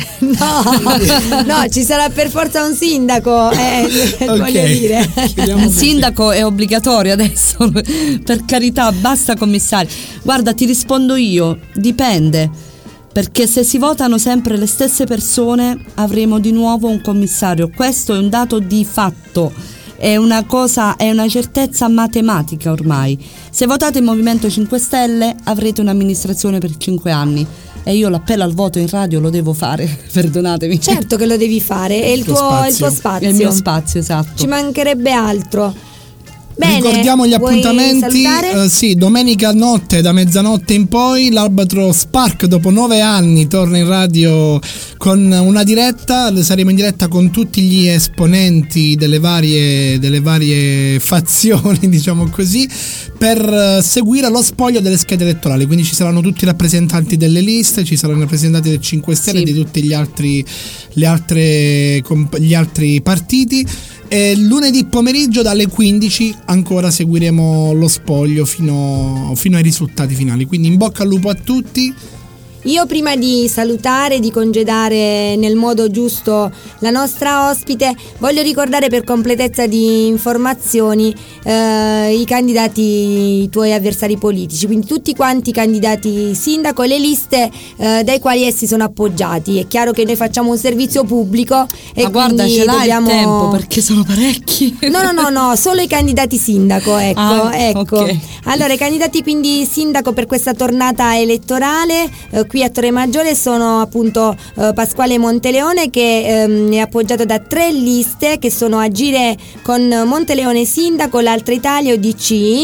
No, no, ci sarà per forza un sindaco, eh, Ok. voglio dire. Chiudiamo Il così. sindaco è obbligatorio adesso, per carità, basta commissari. Guarda, ti rispondo io, dipende, perché se si votano sempre le stesse persone avremo di nuovo un commissario. Questo è un dato di fatto, è una cosa, è una certezza matematica ormai. Se votate il Movimento cinque Stelle avrete un'amministrazione per cinque anni. E io l'appello al voto in radio lo devo fare, perdonatemi. Certo che lo devi fare, è il tuo tuo, spazio. il tuo spazio. È il mio spazio, esatto. Ci mancherebbe altro. Bene, Ricordiamo gli vuoi appuntamenti. salutare? Eh, sì, domenica notte da mezzanotte in poi l'Albatro Spark dopo nove anni torna in radio con una diretta. Saremo in diretta con tutti gli esponenti delle varie, delle varie fazioni, diciamo così, per eh, seguire lo spoglio delle schede elettorali. Quindi ci saranno tutti i rappresentanti delle liste, ci saranno i rappresentanti del cinque Stelle e Sì. di tutti gli altri, le altre, comp- gli altri partiti. E lunedì pomeriggio dalle quindici ancora seguiremo lo spoglio fino, fino ai risultati finali. Quindi in bocca al lupo a tutti. Io prima di salutare, di congedare nel modo giusto la nostra ospite, voglio ricordare per completezza di informazioni eh, i candidati, i tuoi avversari politici, quindi tutti quanti i candidati sindaco e le liste eh, dai quali essi sono appoggiati. È chiaro che noi facciamo un servizio pubblico e Ma guarda, quindi ce l'hai dobbiamo... il tempo perché sono parecchi. No, no, no, no, solo i candidati sindaco, ecco, Ah, ecco. ok. Allora, i candidati quindi sindaco per questa tornata elettorale eh, qui a Torre Maggiore sono appunto eh, Pasquale Monteleone che ehm, è appoggiato da tre liste che sono Agire con Monteleone sindaco, l'Altra Italia e U D C.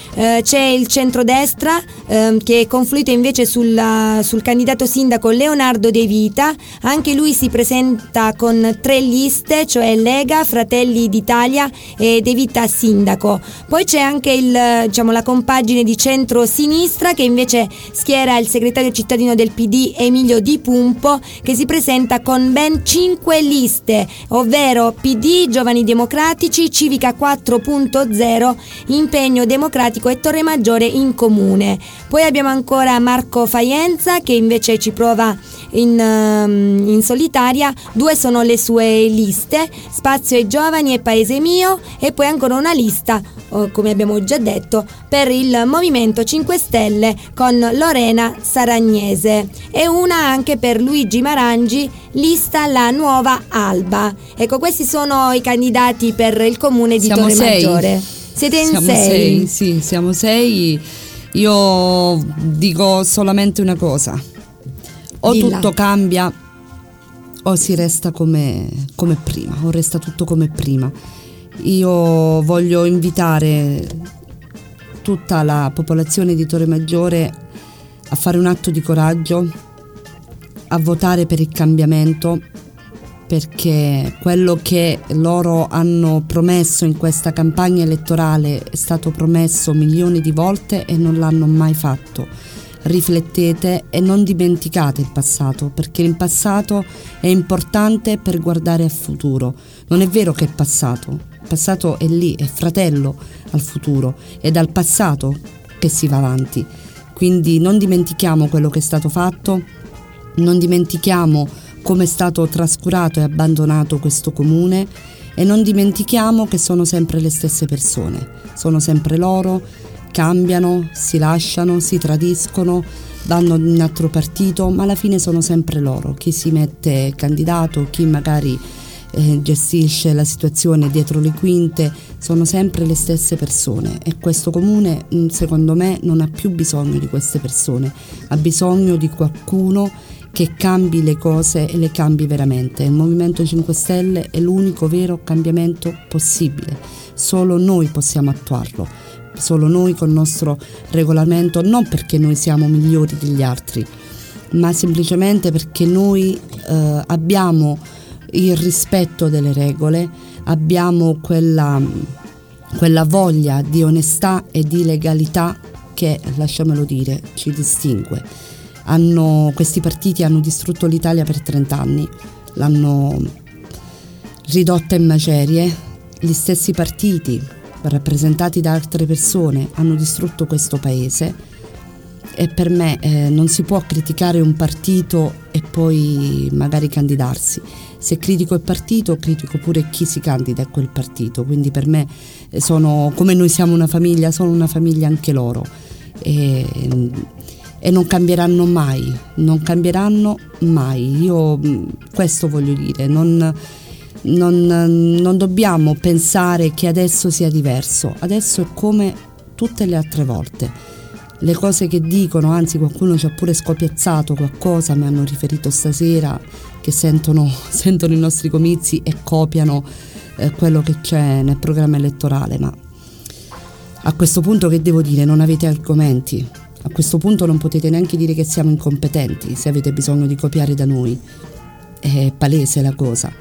Eh, c'è il centrodestra eh, che è confluito invece sul, sul candidato sindaco Leonardo De Vita. Anche lui si presenta con tre liste, cioè Lega, Fratelli d'Italia e De Vita sindaco. Poi c'è anche il, diciamo, la compagine di centro-sinistra che invece schiera il segretario cittadino del P D Emilio Di Pumpo, che si presenta con ben cinque liste, ovvero P D, Giovani Democratici, Civica quattro punto zero, Impegno Democratico e Torre Maggiore in comune. Poi abbiamo ancora Marco Faienza che invece ci prova in, um, in solitaria. Due sono le sue liste, Spazio ai Giovani e Paese Mio, e poi ancora una lista, oh, come abbiamo già detto, per il Movimento cinque Stelle con Lorena Saragnese, e una anche per Luigi Marangi, lista La Nuova Alba. Ecco, questi sono i candidati per il comune di Siamo Torre sei. Maggiore. Siete in siamo sei? sei? Sì, siamo sei. Io dico solamente una cosa: o Dilla. tutto cambia o si resta come, come prima, o resta tutto come prima. Io voglio invitare tutta la popolazione di Torre Maggiore a fare un atto di coraggio, a votare per il cambiamento, perché quello che loro hanno promesso in questa campagna elettorale è stato promesso milioni di volte e non l'hanno mai fatto. Riflettete e non dimenticate il passato, perché il passato è importante per guardare al futuro. Non è vero che è passato, il passato è lì, è fratello al futuro, è dal passato che si va avanti. Quindi non dimentichiamo quello che è stato fatto, non dimentichiamo come è stato trascurato e abbandonato questo comune, e non dimentichiamo che sono sempre le stesse persone, sono sempre loro, cambiano, si lasciano, si tradiscono, vanno in un altro partito, ma alla fine sono sempre loro, chi si mette candidato, chi magari eh, gestisce la situazione dietro le quinte, sono sempre le stesse persone, e questo comune secondo me non ha più bisogno di queste persone, ha bisogno di qualcuno che cambi le cose e le cambi veramente. Il Movimento cinque Stelle è l'unico vero cambiamento possibile, solo noi possiamo attuarlo, solo noi col nostro regolamento, non perché noi siamo migliori degli altri, ma semplicemente perché noi eh, abbiamo il rispetto delle regole, abbiamo quella, quella voglia di onestà e di legalità che, lasciamelo dire, ci distingue. Hanno, questi partiti hanno distrutto l'Italia per trent'anni, l'hanno ridotta in macerie. Gli stessi partiti rappresentati da altre persone hanno distrutto questo paese, e per me eh, non si può criticare un partito e poi magari candidarsi. Se critico il partito, critico pure chi si candida a quel partito, quindi per me sono, come noi siamo una famiglia, sono una famiglia anche loro, e, e non cambieranno mai, non cambieranno mai. Io questo voglio dire, non, non, non dobbiamo pensare che adesso sia diverso, adesso è come tutte le altre volte. Le cose che dicono, anzi qualcuno ci ha pure scopiazzato qualcosa, mi hanno riferito stasera, che sentono, sentono i nostri comizi e copiano eh, quello che c'è nel programma elettorale, ma a questo punto che devo dire? Non avete argomenti. A questo punto non potete neanche dire che siamo incompetenti se avete bisogno di copiare da noi. È palese la cosa.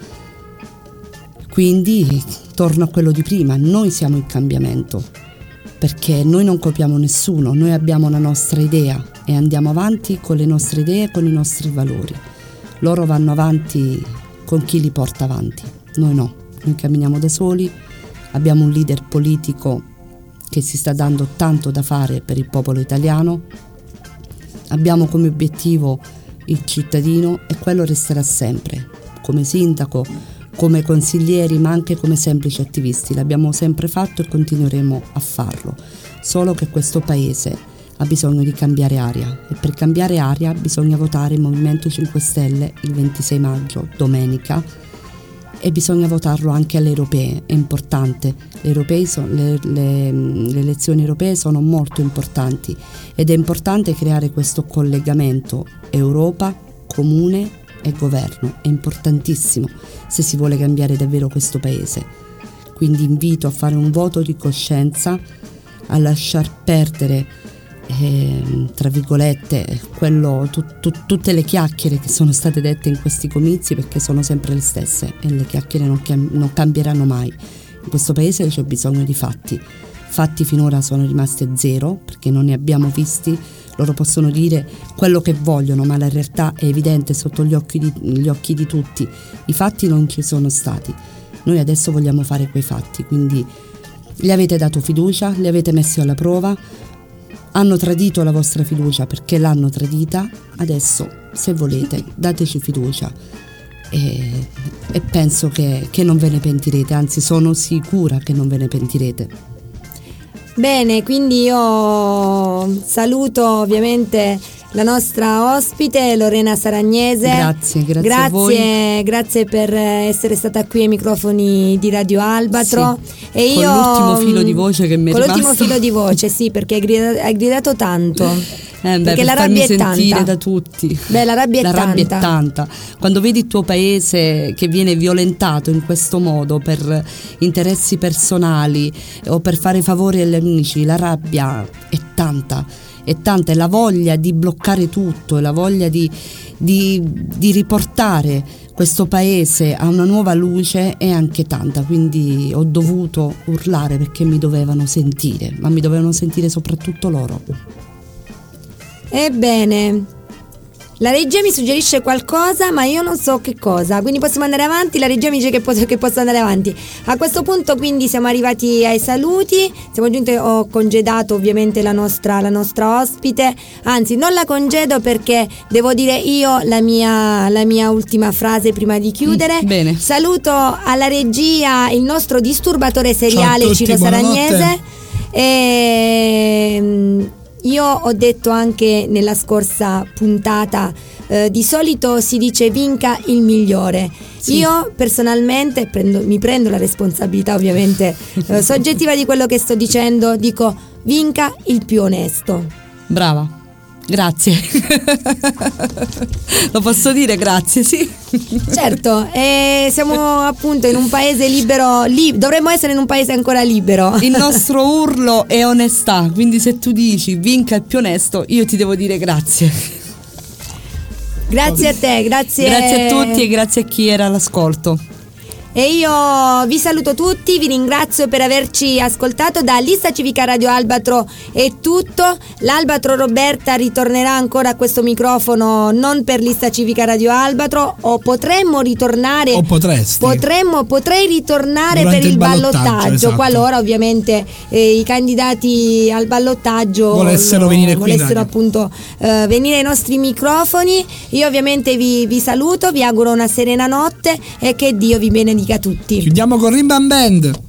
Quindi torno a quello di prima, noi siamo il cambiamento, perché noi non copiamo nessuno, noi abbiamo la nostra idea e andiamo avanti con le nostre idee, con i nostri valori. Loro vanno avanti con chi li porta avanti, noi no, noi camminiamo da soli, abbiamo un leader politico che si sta dando tanto da fare per il popolo italiano, abbiamo come obiettivo il cittadino e quello resterà sempre, come sindaco, come consiglieri, ma anche come semplici attivisti. L'abbiamo sempre fatto e continueremo a farlo, solo che questo paese ha bisogno di cambiare aria, e per cambiare aria bisogna votare il Movimento cinque Stelle il ventisei maggio, domenica, e bisogna votarlo anche alle europee, è importante. Le, europei so, le, le, le elezioni europee sono molto importanti, ed è importante creare questo collegamento Europa, comune e governo, è importantissimo se si vuole cambiare davvero questo paese. Quindi invito a fare un voto di coscienza, a lasciar perdere, eh, tra virgolette, quello, tu, tu, tutte le chiacchiere che sono state dette in questi comizi, perché sono sempre le stesse e le chiacchiere non, cam- non cambieranno mai. In questo paese c'è bisogno di fatti. Fatti finora sono rimasti a zero perché non ne abbiamo visti. Loro possono dire quello che vogliono, ma la realtà è evidente sotto gli occhi di, gli occhi di tutti. I fatti non ci sono stati. Noi adesso vogliamo fare quei fatti, quindi gli avete dato fiducia, li avete messi alla prova, hanno tradito la vostra fiducia perché l'hanno tradita. Adesso, se volete, dateci fiducia e, e penso che, che non ve ne pentirete, anzi sono sicura che non ve ne pentirete. Bene, quindi io saluto ovviamente la nostra ospite Lorena Saragnese. Grazie, grazie, grazie a voi. Grazie per essere stata qui ai microfoni di Radio Albatro. Sì, e con io, l'ultimo filo di voce che mi è Con rimasto. l'ultimo filo di voce, sì, perché hai gridato, hai gridato tanto. Eh beh, perché per la farmi rabbia è sentire tanta. da tutti. Beh, la rabbia è la tanta. rabbia è tanta. Quando vedi il tuo paese che viene violentato in questo modo per interessi personali o per fare favori agli amici, la rabbia è tanta. È tanta, è la voglia di bloccare tutto, è la voglia di, di, di riportare questo paese a una nuova luce è anche tanta, quindi ho dovuto urlare perché mi dovevano sentire, ma mi dovevano sentire soprattutto loro. Ebbene, la regia mi suggerisce qualcosa, ma io non so che cosa, quindi possiamo andare avanti. La regia mi dice che posso, che posso andare avanti. A questo punto quindi siamo arrivati ai saluti, siamo giunti, ho congedato ovviamente la nostra, la nostra ospite, anzi non la congedo perché devo dire io la mia, la mia ultima frase prima di chiudere. Mm, bene. Saluto alla regia il nostro disturbatore seriale Ciao a tutti, Ciro buonanotte. Saragnese. E io ho detto anche nella scorsa puntata, eh, di solito si dice vinca il migliore. Sì. Io personalmente prendo, mi prendo la responsabilità ovviamente eh, soggettiva di quello che sto dicendo, dico vinca il più onesto. Brava. Grazie. Lo posso dire, grazie, sì. Certo, e siamo appunto in un paese libero, li, dovremmo essere in un paese ancora libero. Il nostro urlo è onestà, quindi se tu dici vinca il più onesto, io ti devo dire grazie. Grazie a te, grazie. Grazie a tutti e grazie a chi era all'ascolto. E io vi saluto tutti, vi ringrazio per averci ascoltato. Da Lista Civica Radio Albatro è tutto. L'Albatro Roberta ritornerà ancora a questo microfono non per Lista Civica Radio Albatro, o potremmo ritornare o potresti potremmo potrei ritornare durante per il, il ballottaggio, ballottaggio, esatto. Qualora ovviamente eh, i candidati al ballottaggio volessero no, venire qui volessero appunto eh, venire ai nostri microfoni. Io ovviamente vi, vi saluto, vi auguro una serena notte e che Dio vi benedica a tutti. Chiudiamo con Rimban Band.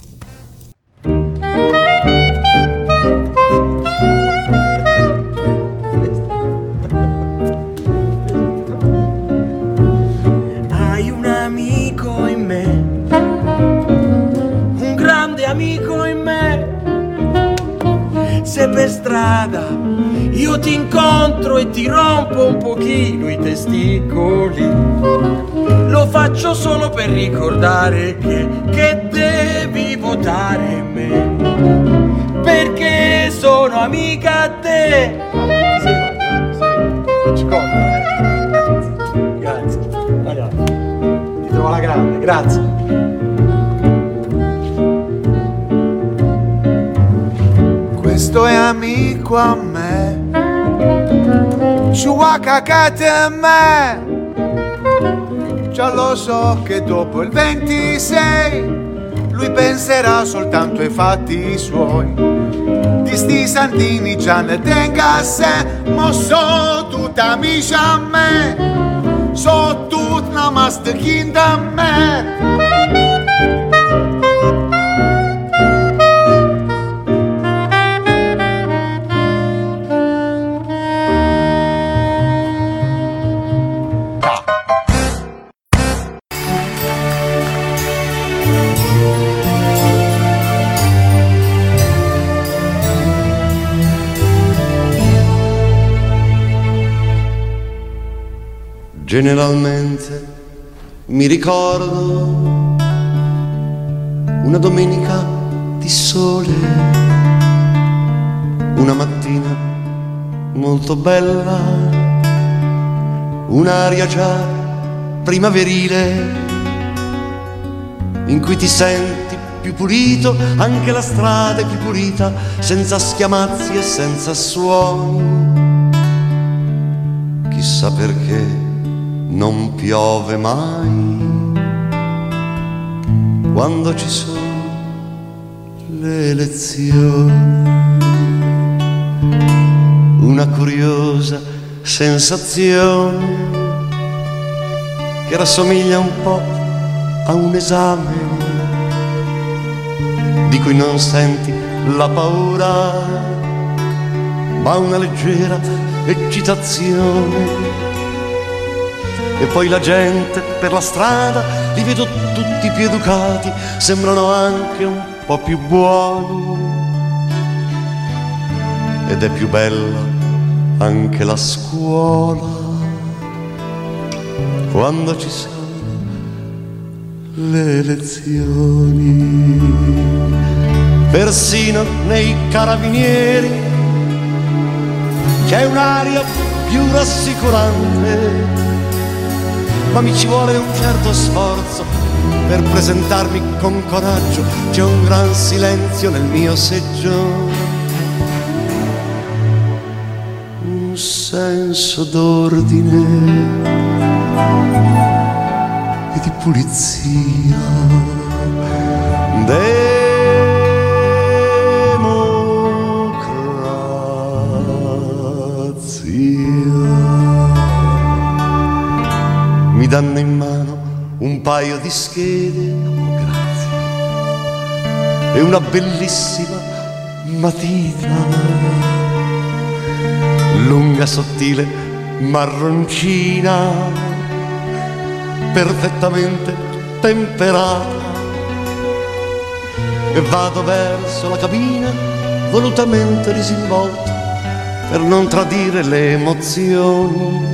Hai un amico in me, un grande amico in me. Se per strada io ti incontro e ti rompo un pochino i testicoli, lo faccio solo per ricordare che, che devi votare me, perché sono amica a te. Ci compra. Grazie. Ragazzi, ti trovo alla grande, grazie. Questo è amico a me, ci vuoi cacate a me. Già lo so che dopo il ventisei lui penserà soltanto ai fatti suoi. Di sti santini già ne tenga a sé, ma so tutti amici a me, so tutti una mastichin da me. Generalmente mi ricordo una domenica di sole, una mattina molto bella, un'aria già primaverile, in cui ti senti più pulito, anche la strada è più pulita, senza schiamazzi e senza suoni. Chissà perché non piove mai quando ci sono le elezioni. Una curiosa sensazione che rassomiglia un po' a un esame di cui non senti la paura, ma una leggera eccitazione. E poi la gente per la strada, li vedo tutti più educati, sembrano anche un po' più buoni. Ed è più bella anche la scuola quando ci sono le elezioni. Persino nei carabinieri c'è un'aria più rassicurante, ma mi ci vuole un certo sforzo per presentarmi con coraggio. C'è un gran silenzio nel mio seggio, un senso d'ordine e di pulizia. Mi danno in mano un paio di schede, oh grazie, e una bellissima matita, lunga, sottile, marroncina, perfettamente temperata. E vado verso la cabina, volutamente disinvolto, per non tradire le emozioni.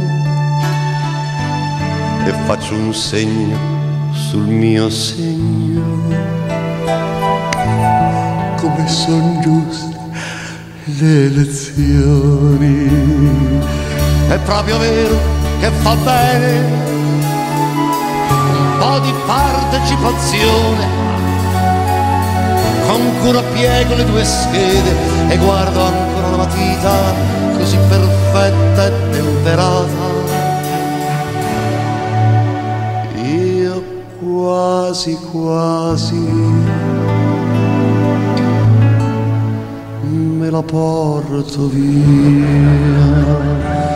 E faccio un segno sul mio segno, come son giuste le elezioni. È proprio vero che fa bene un po' di partecipazione. Con cura piego le due schede e guardo ancora la matita così perfetta e temperata. Quasi quasi me la porto via.